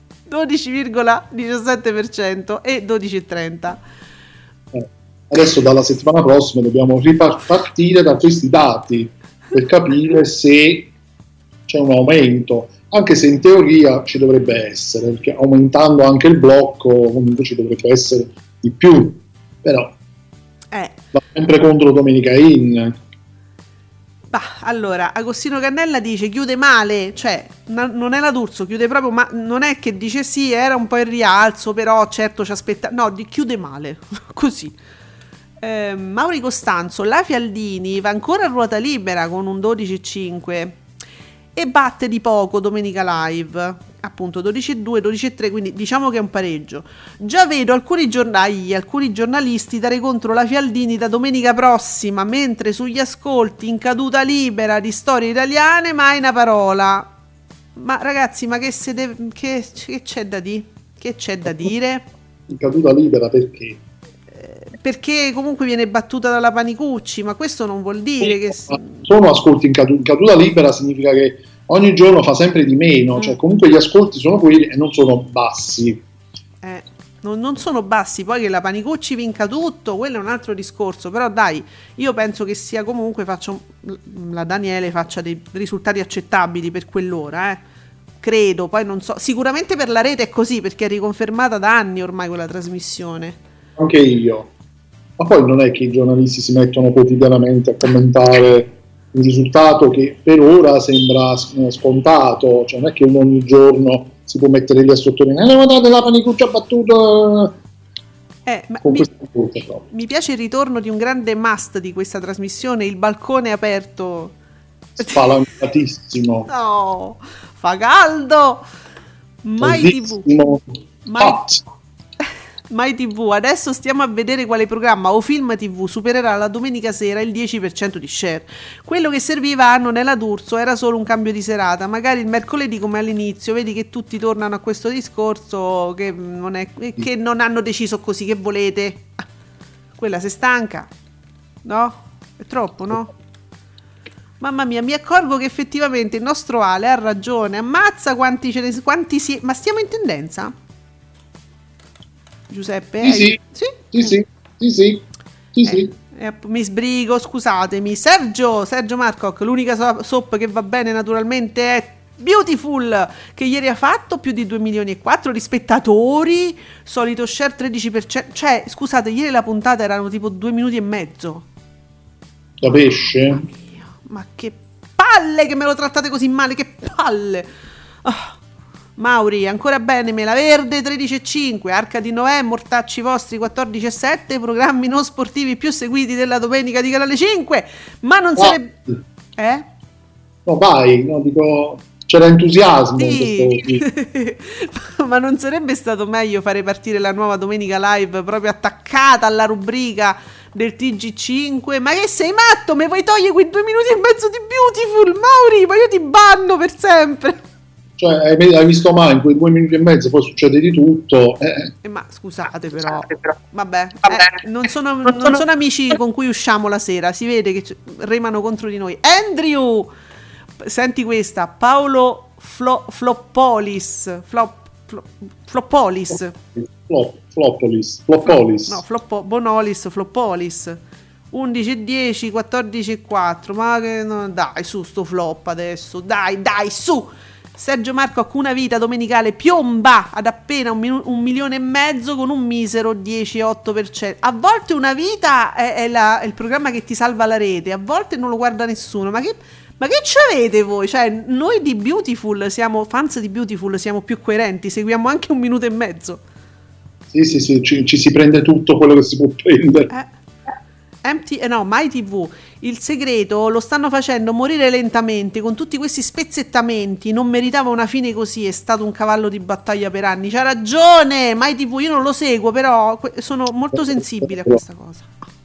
12,17% e 12,30%. Adesso dalla settimana prossima dobbiamo ripartire da questi dati per capire se c'è un aumento, anche se in teoria ci dovrebbe essere, perché aumentando anche il blocco comunque ci dovrebbe essere di più, però va sempre contro Domenica In. Allora Agostino Cannella dice chiude male, cioè non è la D'Urso, chiude proprio, ma non è che dice sì, era un po' in rialzo, però certo ci aspetta, no, chiude male così. Mauri Costanzo, la Fialdini va ancora a ruota libera con un 12,5 e batte di poco Domenica Live, appunto 12,2, 12,3, quindi diciamo che è un pareggio. Già vedo alcuni giornalisti dare contro la Fialdini da domenica prossima, mentre sugli ascolti in caduta libera di storie italiane mai una parola. Ma ragazzi, ma che c'è da dire? Che c'è da dire? In caduta libera perché? Perché comunque viene battuta dalla Panicucci, ma questo non vuol dire che... Sono ascolti in caduta libera, significa che ogni giorno fa sempre di meno, cioè comunque gli ascolti sono quelli e non sono bassi. Non sono bassi, poi che la Panicucci vinca tutto, quello è un altro discorso, però dai, io penso che sia comunque, la Daniele faccia dei risultati accettabili per quell'ora, credo, poi non so, sicuramente per la rete è così, perché è riconfermata da anni ormai quella trasmissione. Anche io. Ma poi non è che i giornalisti si mettono quotidianamente a commentare il risultato che per ora sembra scontato, cioè non è che uno ogni giorno si può mettere lì a sottolineare guardate la Panicucci ha battuto mi piace il ritorno di un grande must di questa trasmissione, il balcone aperto spalancatissimo. No, fa caldo. Mai TV Mai TV, adesso stiamo a vedere quale programma o film TV supererà la domenica sera il 10% di share. Quello che serviva a Non è la D'Urso era solo un cambio di serata, magari il mercoledì come all'inizio, vedi che tutti tornano a questo discorso che non hanno deciso così, che volete? Quella si stanca, no? È troppo, no? Mamma mia, mi accorgo che effettivamente il nostro Ale ha ragione, ammazza quanti si... Ma stiamo in tendenza? Giuseppe? Sì. Mi sbrigo, scusatemi. Sergio Marcoc, l'unica soap che va bene naturalmente è Beautiful, che ieri ha fatto più di 2 milioni e 4 di spettatori, solito share 13%, cioè scusate, ieri la puntata erano tipo 2 minuti e mezzo. Da pesce? Ma che palle che me lo trattate così male, che palle. Mauri, ancora bene, Mela Verde 13,5, Arca di Noè, Mortacci vostri 14,7, programmi non sportivi più seguiti della domenica di Canale 5, ma non sarebbe... No vai, no, dico... C'era entusiasmo. Sì. Ma non sarebbe stato meglio fare partire la nuova domenica live proprio attaccata alla rubrica del TG5. Ma che sei matto? Mi vuoi togliere quei 2 minuti e mezzo di Beautiful, Mauri? Ma io ti banno per sempre. Cioè, hai visto mai in quei 2 minuti e mezzo, poi succede di tutto. Ma scusate però, vabbè, non sono amici con cui usciamo la sera, si vede che remano contro di noi. Andrew, senti questa, Paolo Floppolis. Bonolis, Floppolis. 11:10, 14:4. Ma che no, dai, su sto flop adesso. Dai, su. Sergio Marco a Una Vita domenicale piomba ad appena 1,5 milioni con un misero 10,8%. A volte Una Vita è il programma che ti salva la rete, a volte non lo guarda nessuno. Ma che c'avete voi? Cioè, noi di Beautiful siamo fans di Beautiful, siamo più coerenti, seguiamo anche 1,5 minuti. Sì, ci si prende tutto quello che si può prendere. My TV, Il Segreto lo stanno facendo morire lentamente con tutti questi spezzettamenti, non meritava una fine così, è stato un cavallo di battaglia per anni. C'ha ragione My TV, io non lo seguo, però sono molto sensibile a questa cosa.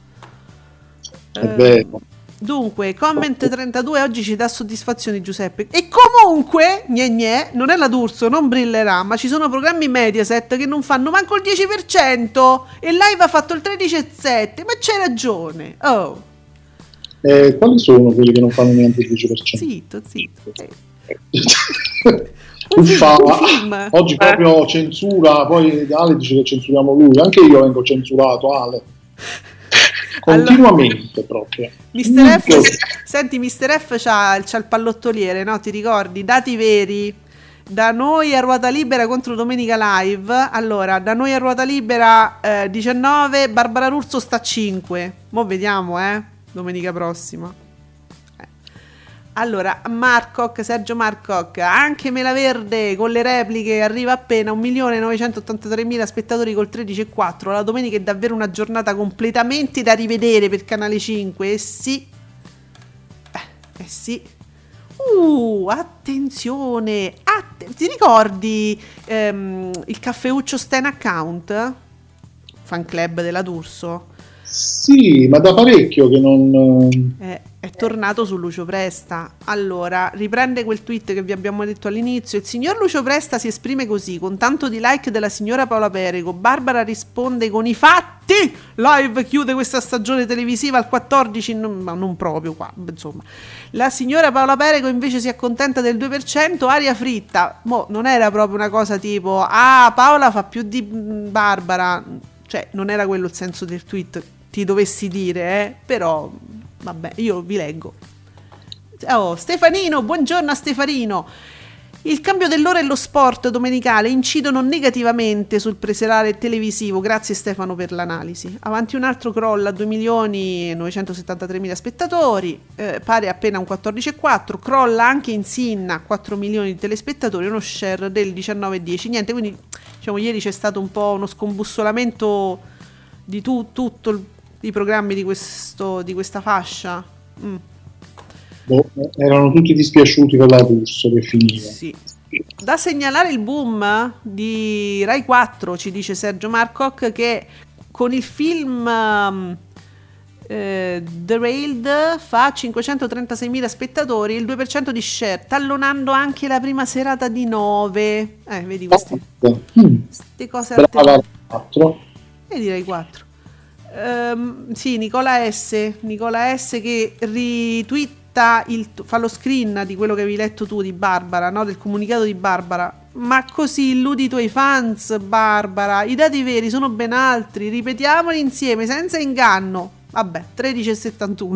È vero. Dunque, comment 32 oggi ci dà soddisfazioni Giuseppe. E comunque, non è la D'Urso, non brillerà, ma ci sono programmi Mediaset che non fanno manco il 10% e Live ha fatto il 13,7%, ma c'hai ragione. Quali sono quelli che non fanno neanche il 10%? Zitto. Un film. Oggi proprio censura, poi Ale dice che censuriamo lui, anche io vengo censurato, Ale. Continuamente, allora, proprio Mr. F c'ha il pallottoliere, no? Ti ricordi? Dati veri. Da noi a ruota libera contro Domenica Live. Allora, da noi a ruota libera 19, Barbara Russo sta 5. Mo' vediamo, domenica prossima. Allora, Sergio Marcoc, anche Mela Verde con le repliche arriva appena 1.983.000 spettatori col 13,4. La domenica è davvero una giornata completamente da rivedere per Canale 5. Sì. Attenzione. Ti ricordi il caffeuccio Stan Account? Fan club della D'Urso? Sì, ma da parecchio che non... È tornato su Lucio Presta. Allora, riprende quel tweet che vi abbiamo detto all'inizio. Il signor Lucio Presta si esprime così, con tanto di like della signora Paola Perego. Barbara risponde con i fatti. Live chiude questa stagione televisiva al 14, ma non proprio qua, insomma. La signora Paola Perego invece si accontenta del 2%, aria fritta. Non era proprio una cosa tipo, Paola fa più di Barbara. Cioè, non era quello il senso del tweet, ti dovessi dire, però vabbè, io vi leggo. Stefanino, buongiorno a Stefanino. Il cambio dell'ora e lo sport domenicale incidono negativamente sul preserale televisivo. Grazie Stefano per l'analisi. Avanti un altro crollo a 2.973.000 spettatori, pare appena un 14,4. Crolla anche in Sinna, 4 milioni di telespettatori, uno share del 19,10. Niente, quindi diciamo ieri c'è stato un po' uno scombussolamento di tutto i programmi di questa fascia. Erano tutti dispiaciuti con la D'Urso che finiva. Sì. Da segnalare il boom di Rai 4, ci dice Sergio Marcoc, che con il film The Railed fa 536.000 spettatori, il 2% di share, tallonando anche la prima serata di 9. Vedi queste cose alterne. Vedi Rai 4. Sì, Nicola S che retweet fa lo screen di quello che avevi letto tu di Barbara, no? Del comunicato di Barbara. Ma così illudi i tuoi fans, Barbara. I dati veri sono ben altri, ripetiamoli insieme senza inganno. Vabbè, 13,71.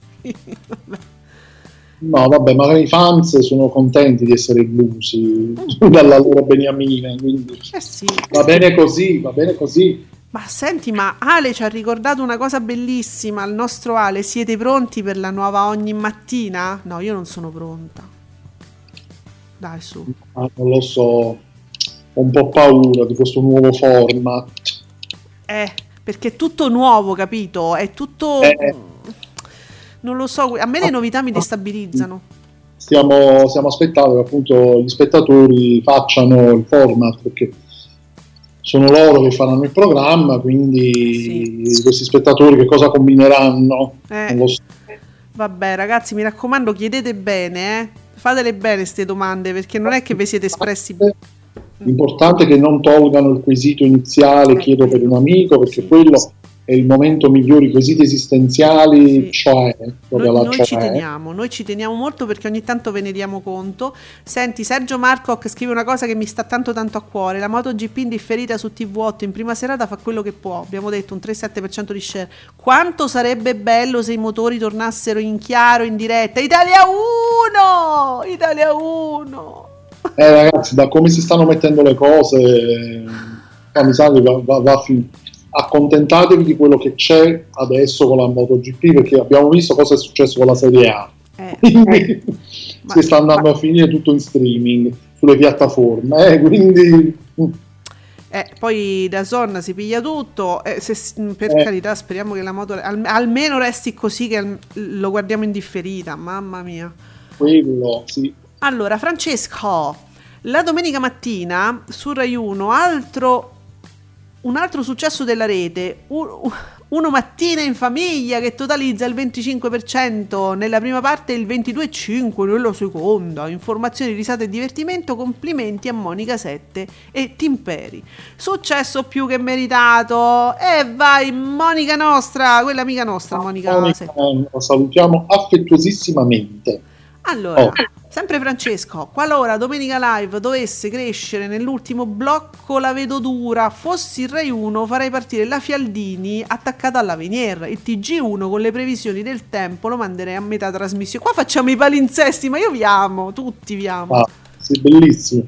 No, vabbè, magari i fans sono contenti di essere illusi dalla loro beniamina, quindi sì. Va bene così. Ma senti, ma Ale ci ha ricordato una cosa bellissima, il nostro Ale. Siete pronti per la nuova ogni mattina? No, io non sono pronta. Dai, su. Non lo so, ho un po' paura di questo nuovo format. Perché è tutto nuovo, capito? È tutto... Non lo so, a me le novità mi destabilizzano. Stiamo aspettando che appunto gli spettatori facciano il format, perché sono loro che faranno il programma, quindi questi spettatori che cosa combineranno? Non lo so. Vabbè ragazzi, mi raccomando, chiedete bene, fatele bene queste domande, perché non è che vi siete espressi. L'importante è che non tolgano il quesito iniziale, chiedo per un amico, perché quello è il momento migliore, i quesiti esistenziali, cioè noi ci teniamo molto, perché ogni tanto ve ne diamo conto. Senti, Sergio Marcoc scrive una cosa che mi sta tanto a cuore: la MotoGP indifferita su TV8 in prima serata fa quello che può, abbiamo detto un 3,7% di share. Quanto sarebbe bello se i motori tornassero in chiaro, in diretta. Italia 1 ragazzi, da come si stanno mettendo le cose, mi sa che va accontentatevi di quello che c'è adesso con la MotoGP, perché abbiamo visto cosa è successo con la Serie A. Quindi si sta andando a finire tutto in streaming sulle piattaforme, quindi poi DAZN si piglia tutto, per carità, speriamo che la moto almeno resti così, che lo guardiamo in differita. Mamma mia, quello sì. Allora, Francesco, la domenica mattina su Rai 1 un altro successo della rete, Uno Mattina in Famiglia, che totalizza il 25% nella prima parte e il 22,5% nella seconda. Informazioni, risate e divertimento. Complimenti a Monica Sette e Tim Peri. Successo più che meritato. E vai Monica nostra, quella amica nostra, Monica Sette. La salutiamo affettuosissimamente. Allora, sempre Francesco, qualora Domenica Live dovesse crescere nell'ultimo blocco la vedo dura, fossi il Rai 1 farei partire la Fialdini attaccata alla Venier, il TG1 con le previsioni del tempo lo manderei a metà trasmissione. Qua facciamo i palinsesti, ma io vi amo, tutti vi amo. Sì, bellissimo.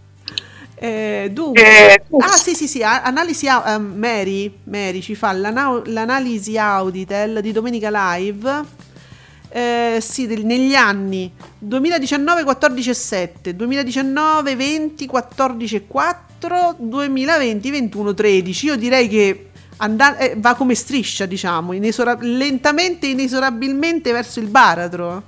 Dunque, sì, analisi Mary ci fa l'analisi Auditel di Domenica Live. Negli anni 2019 14,7, 2019 20 14,4, 2020 21 13. Io direi che va come striscia, diciamo, lentamente inesorabilmente verso il baratro.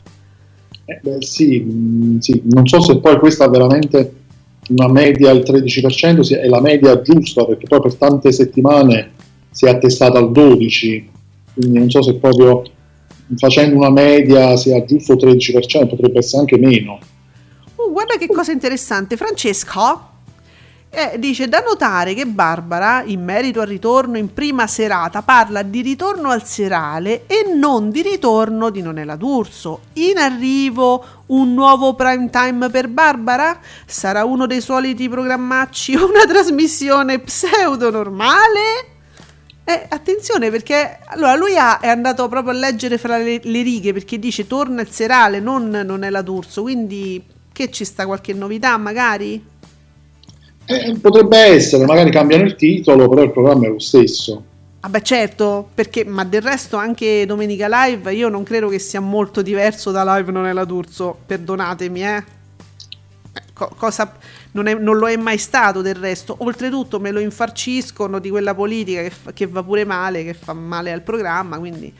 Sì, non so se poi questa è veramente una media, il 13% è la media giusta, perché poi per tante settimane si è attestata al 12%, quindi non so se proprio facendo una media sia giusto 13%, potrebbe essere anche meno. Guarda che cosa interessante, Francesco dice: da notare che Barbara, in merito al ritorno in prima serata, parla di ritorno al serale e non di ritorno di Nonella D'Urso. In arrivo un nuovo prime time per Barbara? Sarà uno dei soliti programmacci o una trasmissione pseudo normale? Attenzione, perché allora lui è andato proprio a leggere fra le righe, perché dice torna il serale, non è la D'Urso, quindi che ci sta qualche novità magari? Potrebbe essere, magari cambiano il titolo, però il programma è lo stesso. Beh certo, ma del resto anche Domenica Live io non credo che sia molto diverso da Live non è la D'Urso, perdonatemi, non lo è mai stato del resto. Oltretutto me lo infarciscono di quella politica che va pure male, che fa male al programma, quindi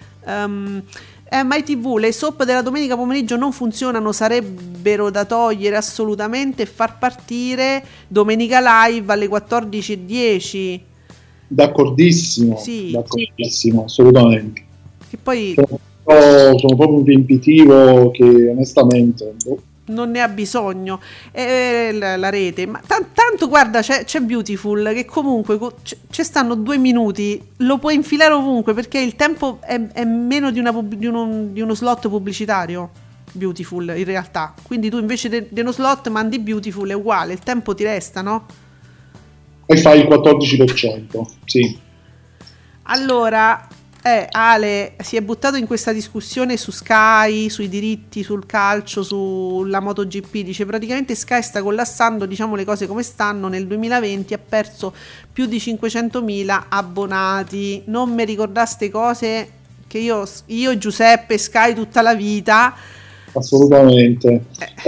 MyTV, le soap della domenica pomeriggio non funzionano, sarebbero da togliere assolutamente e far partire Domenica Live alle 14:10. D'accordissimo, assolutamente. Che poi sono proprio un riempitivo che onestamente non ne ha bisogno la rete, ma tanto guarda, c'è Beautiful che comunque ci stanno 2 minuti, lo puoi infilare ovunque, perché il tempo è meno di uno slot pubblicitario Beautiful in realtà, quindi tu invece di uno slot mandi Beautiful, è uguale, il tempo ti resta, no? E fai il 14%, sì. Allora Ale si è buttato in questa discussione su Sky, sui diritti, sul calcio, sulla MotoGP. Dice praticamente Sky sta collassando, diciamo le cose come stanno. Nel 2020 ha perso più di 500.000 abbonati. Non mi ricordaste cose che io e Giuseppe Sky tutta la vita. Assolutamente.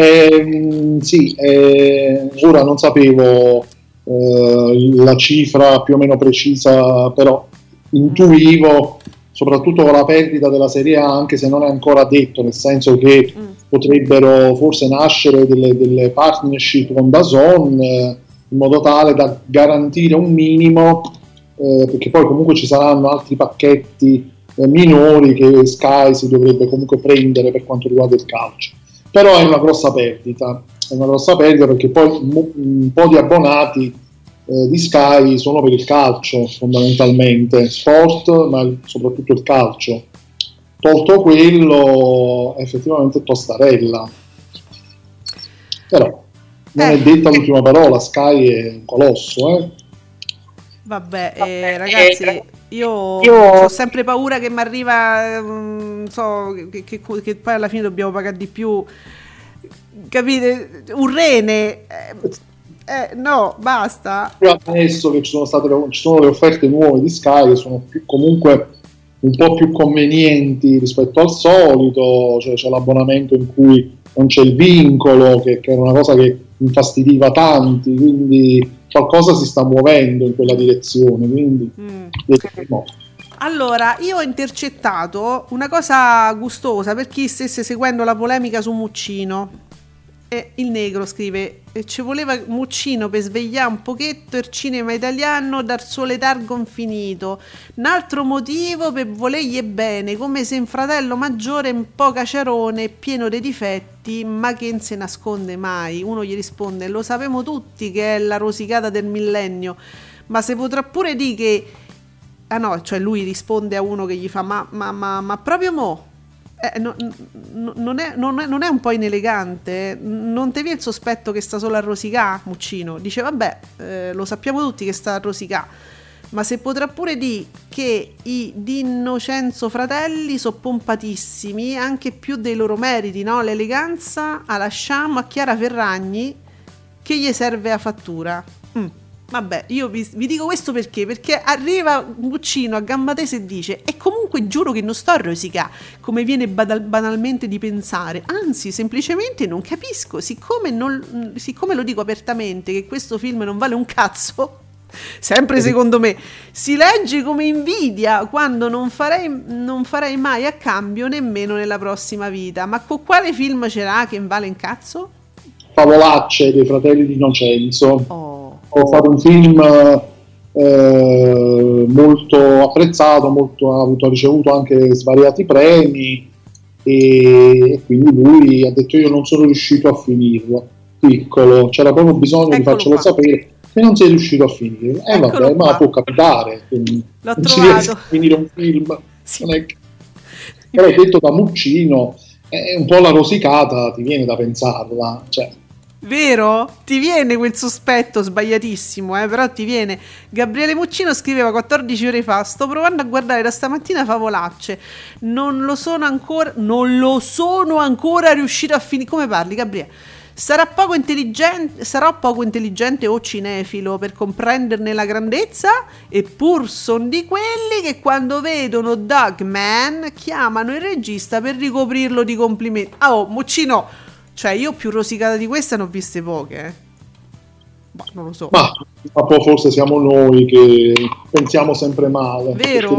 Ora non sapevo la cifra più o meno precisa, però intuivo, soprattutto con la perdita della Serie A, anche se non è ancora detto, nel senso che potrebbero forse nascere delle partnership con DAZN, in modo tale da garantire un minimo, perché poi comunque ci saranno altri pacchetti minori che Sky si dovrebbe comunque prendere per quanto riguarda il calcio. Però è una grossa perdita perché poi un po' di abbonati di Sky sono per il calcio, fondamentalmente sport, ma soprattutto il calcio. Tolto quello, effettivamente tostarella. Però non è detta l'ultima parola, Sky è un colosso, Vabbè, ragazzi, io ho sempre paura che mi arriva, che poi alla fine dobbiamo pagare di più, capite? Un rene, no, basta. Adesso che ci sono le offerte nuove di Sky che sono comunque un po' più convenienti rispetto al solito, cioè c'è l'abbonamento in cui non c'è il vincolo, che è una cosa che infastidiva tanti, quindi qualcosa si sta muovendo in quella direzione, quindi no. Allora, io ho intercettato una cosa gustosa per chi stesse seguendo la polemica su Muccino. E il Negro scrive: ci voleva Muccino per svegliare un pochetto il cinema italiano dal suo letargo infinito. Un altro motivo per volergli bene, come se un fratello maggiore un po' caciarone, pieno di difetti, ma che non se nasconde mai. Uno gli risponde: lo sappiamo tutti che è la rosicata del millennio, ma se potrà pure dire che... Ah no, cioè lui risponde a uno che gli fa: ma proprio mo'? Non è un po' inelegante? Non ti viene il sospetto che sta solo a rosicà, Muccino? Dice: vabbè, lo sappiamo tutti che sta a rosicà, ma se potrà pure dire che i Di Innocenzo fratelli sono pompatissimi, anche più dei loro meriti, no? L'eleganza la lasciamo a Chiara Ferragni, che gli serve a fattura. Vabbè, io vi dico questo perché arriva Muccino a gamba tesa e dice: e comunque giuro che non sto a rosicà, come viene banalmente di pensare, anzi semplicemente non capisco, siccome lo dico apertamente che questo film non vale un cazzo, sempre secondo me, si legge come invidia, quando non farei mai a cambio nemmeno nella prossima vita. Ma con quale film c'era che vale un cazzo? Favolacce dei fratelli Di Innocenzo. Ho fatto un film molto apprezzato, ha ricevuto anche svariati premi, e quindi lui ha detto: io non sono riuscito a finirlo, piccolo, c'era proprio bisogno di farcelo sapere che non sei riuscito a finirlo. Vabbè, ma può capitare, l'ho non trovato. si riesce a finire un film, sì. Non è che... Però detto da Muccino, è un po' la rosicata, ti viene da pensarla, cioè. Vero? Ti viene quel sospetto sbagliatissimo, però ti viene. Gabriele Muccino scriveva 14 ore fa: sto provando a guardare da stamattina Favolacce, non lo sono ancora riuscito a finire. Come parli, Gabriele? Sarò poco intelligente o cinefilo per comprenderne la grandezza, eppur son di quelli che quando vedono Dogman chiamano il regista per ricoprirlo di complimenti. Oh, Muccino, cioè io più rosicata di questa ne ho viste poche, Ma non lo so. Ma poi forse siamo noi che pensiamo sempre male. Vero?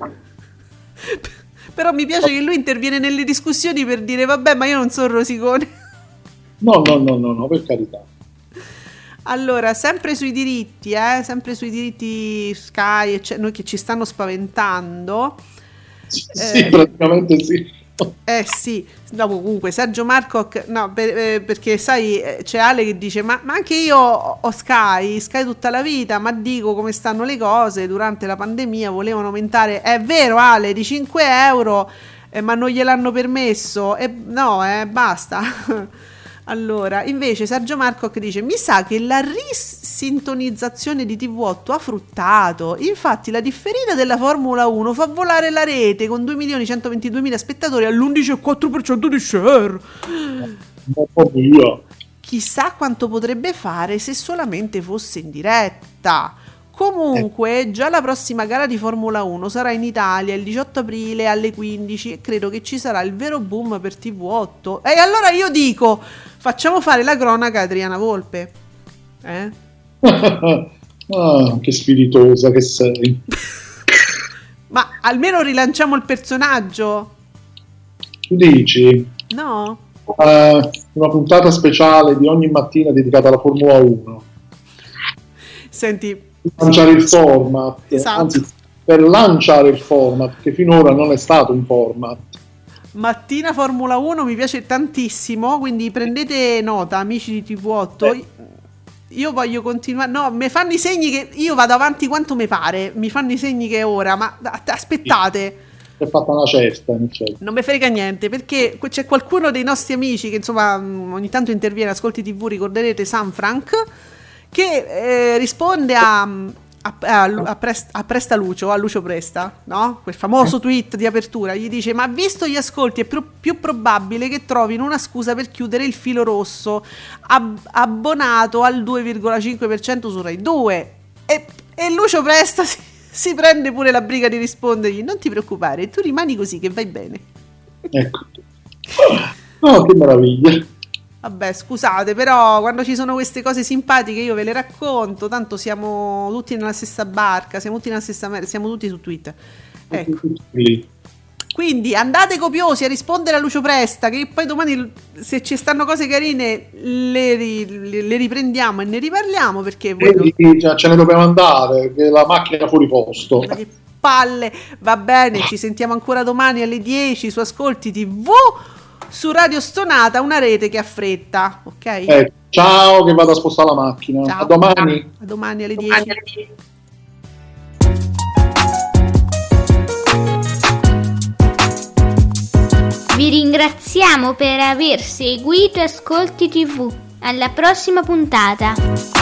Però mi piace che lui interviene nelle discussioni per dire: vabbè, ma io non sono rosicone. No, per carità. Allora, sempre sui diritti Sky, noi che ci stanno spaventando. Sì, praticamente sì. Sì, no, comunque Sergio Marcoc, no, perché sai, c'è Ale che dice: ma anche io ho Sky tutta la vita, ma dico come stanno le cose, durante la pandemia volevano aumentare, è vero Ale, di 5 euro, ma non gliel'hanno permesso, basta. Allora, invece Sergio Marcoc dice: mi sa che la risintonizzazione di TV8 ha fruttato, infatti la differita della Formula 1 fa volare la rete con 2.122.000 spettatori all'11,4% di share. Chissà quanto potrebbe fare se solamente fosse in diretta. Comunque già la prossima gara di Formula 1 sarà in Italia il 18 aprile alle 15 e credo che ci sarà il vero boom per TV8. E allora io dico: facciamo fare la cronaca a Adriana Volpe. Che spiritosa che sei. Ma almeno rilanciamo il personaggio. Tu dici? No? Una puntata speciale di ogni mattina dedicata alla Formula 1. Senti, lanciare il format, esatto. Anzi, per lanciare il format, che finora non è stato un format. Mattina Formula 1 mi piace tantissimo, quindi prendete nota, amici di TV8. Io voglio continuare. No, mi fanno i segni che io vado avanti quanto mi pare. Mi fanno i segni che è ora, ma aspettate. È fatta una cesta, non mi frega niente, perché c'è qualcuno dei nostri amici che insomma ogni tanto interviene, Ascolti TV, ricorderete San Frank, che risponde a Presta Lucio, a Lucio Presta, no? Quel famoso tweet di apertura, gli dice: ma visto gli ascolti è più probabile che trovino una scusa per chiudere il filo rosso abbonato al 2,5% su Rai 2. E Lucio Presta si prende pure la briga di rispondergli: non ti preoccupare, tu rimani così che vai bene. Ecco. Oh, che meraviglia. Vabbè, scusate, però quando ci sono queste cose simpatiche io ve le racconto, tanto siamo tutti nella stessa barca, siamo tutti nella stessa merda, siamo tutti su Twitter. Ecco. Quindi andate copiosi a rispondere a Lucio Presta, che poi domani, se ci stanno cose carine, le riprendiamo e ne riparliamo, perché ce ne dobbiamo andare, che la macchina fuori posto. Ma che palle, va bene, ci sentiamo ancora domani alle 10 su Ascolti TV, su Radio Stonata, una rete che ha fretta, ok? Ciao, che vado a spostare la macchina. Ciao. A domani. A domani alle 10. Vi ringraziamo per aver seguito Ascolti TV. Alla prossima puntata.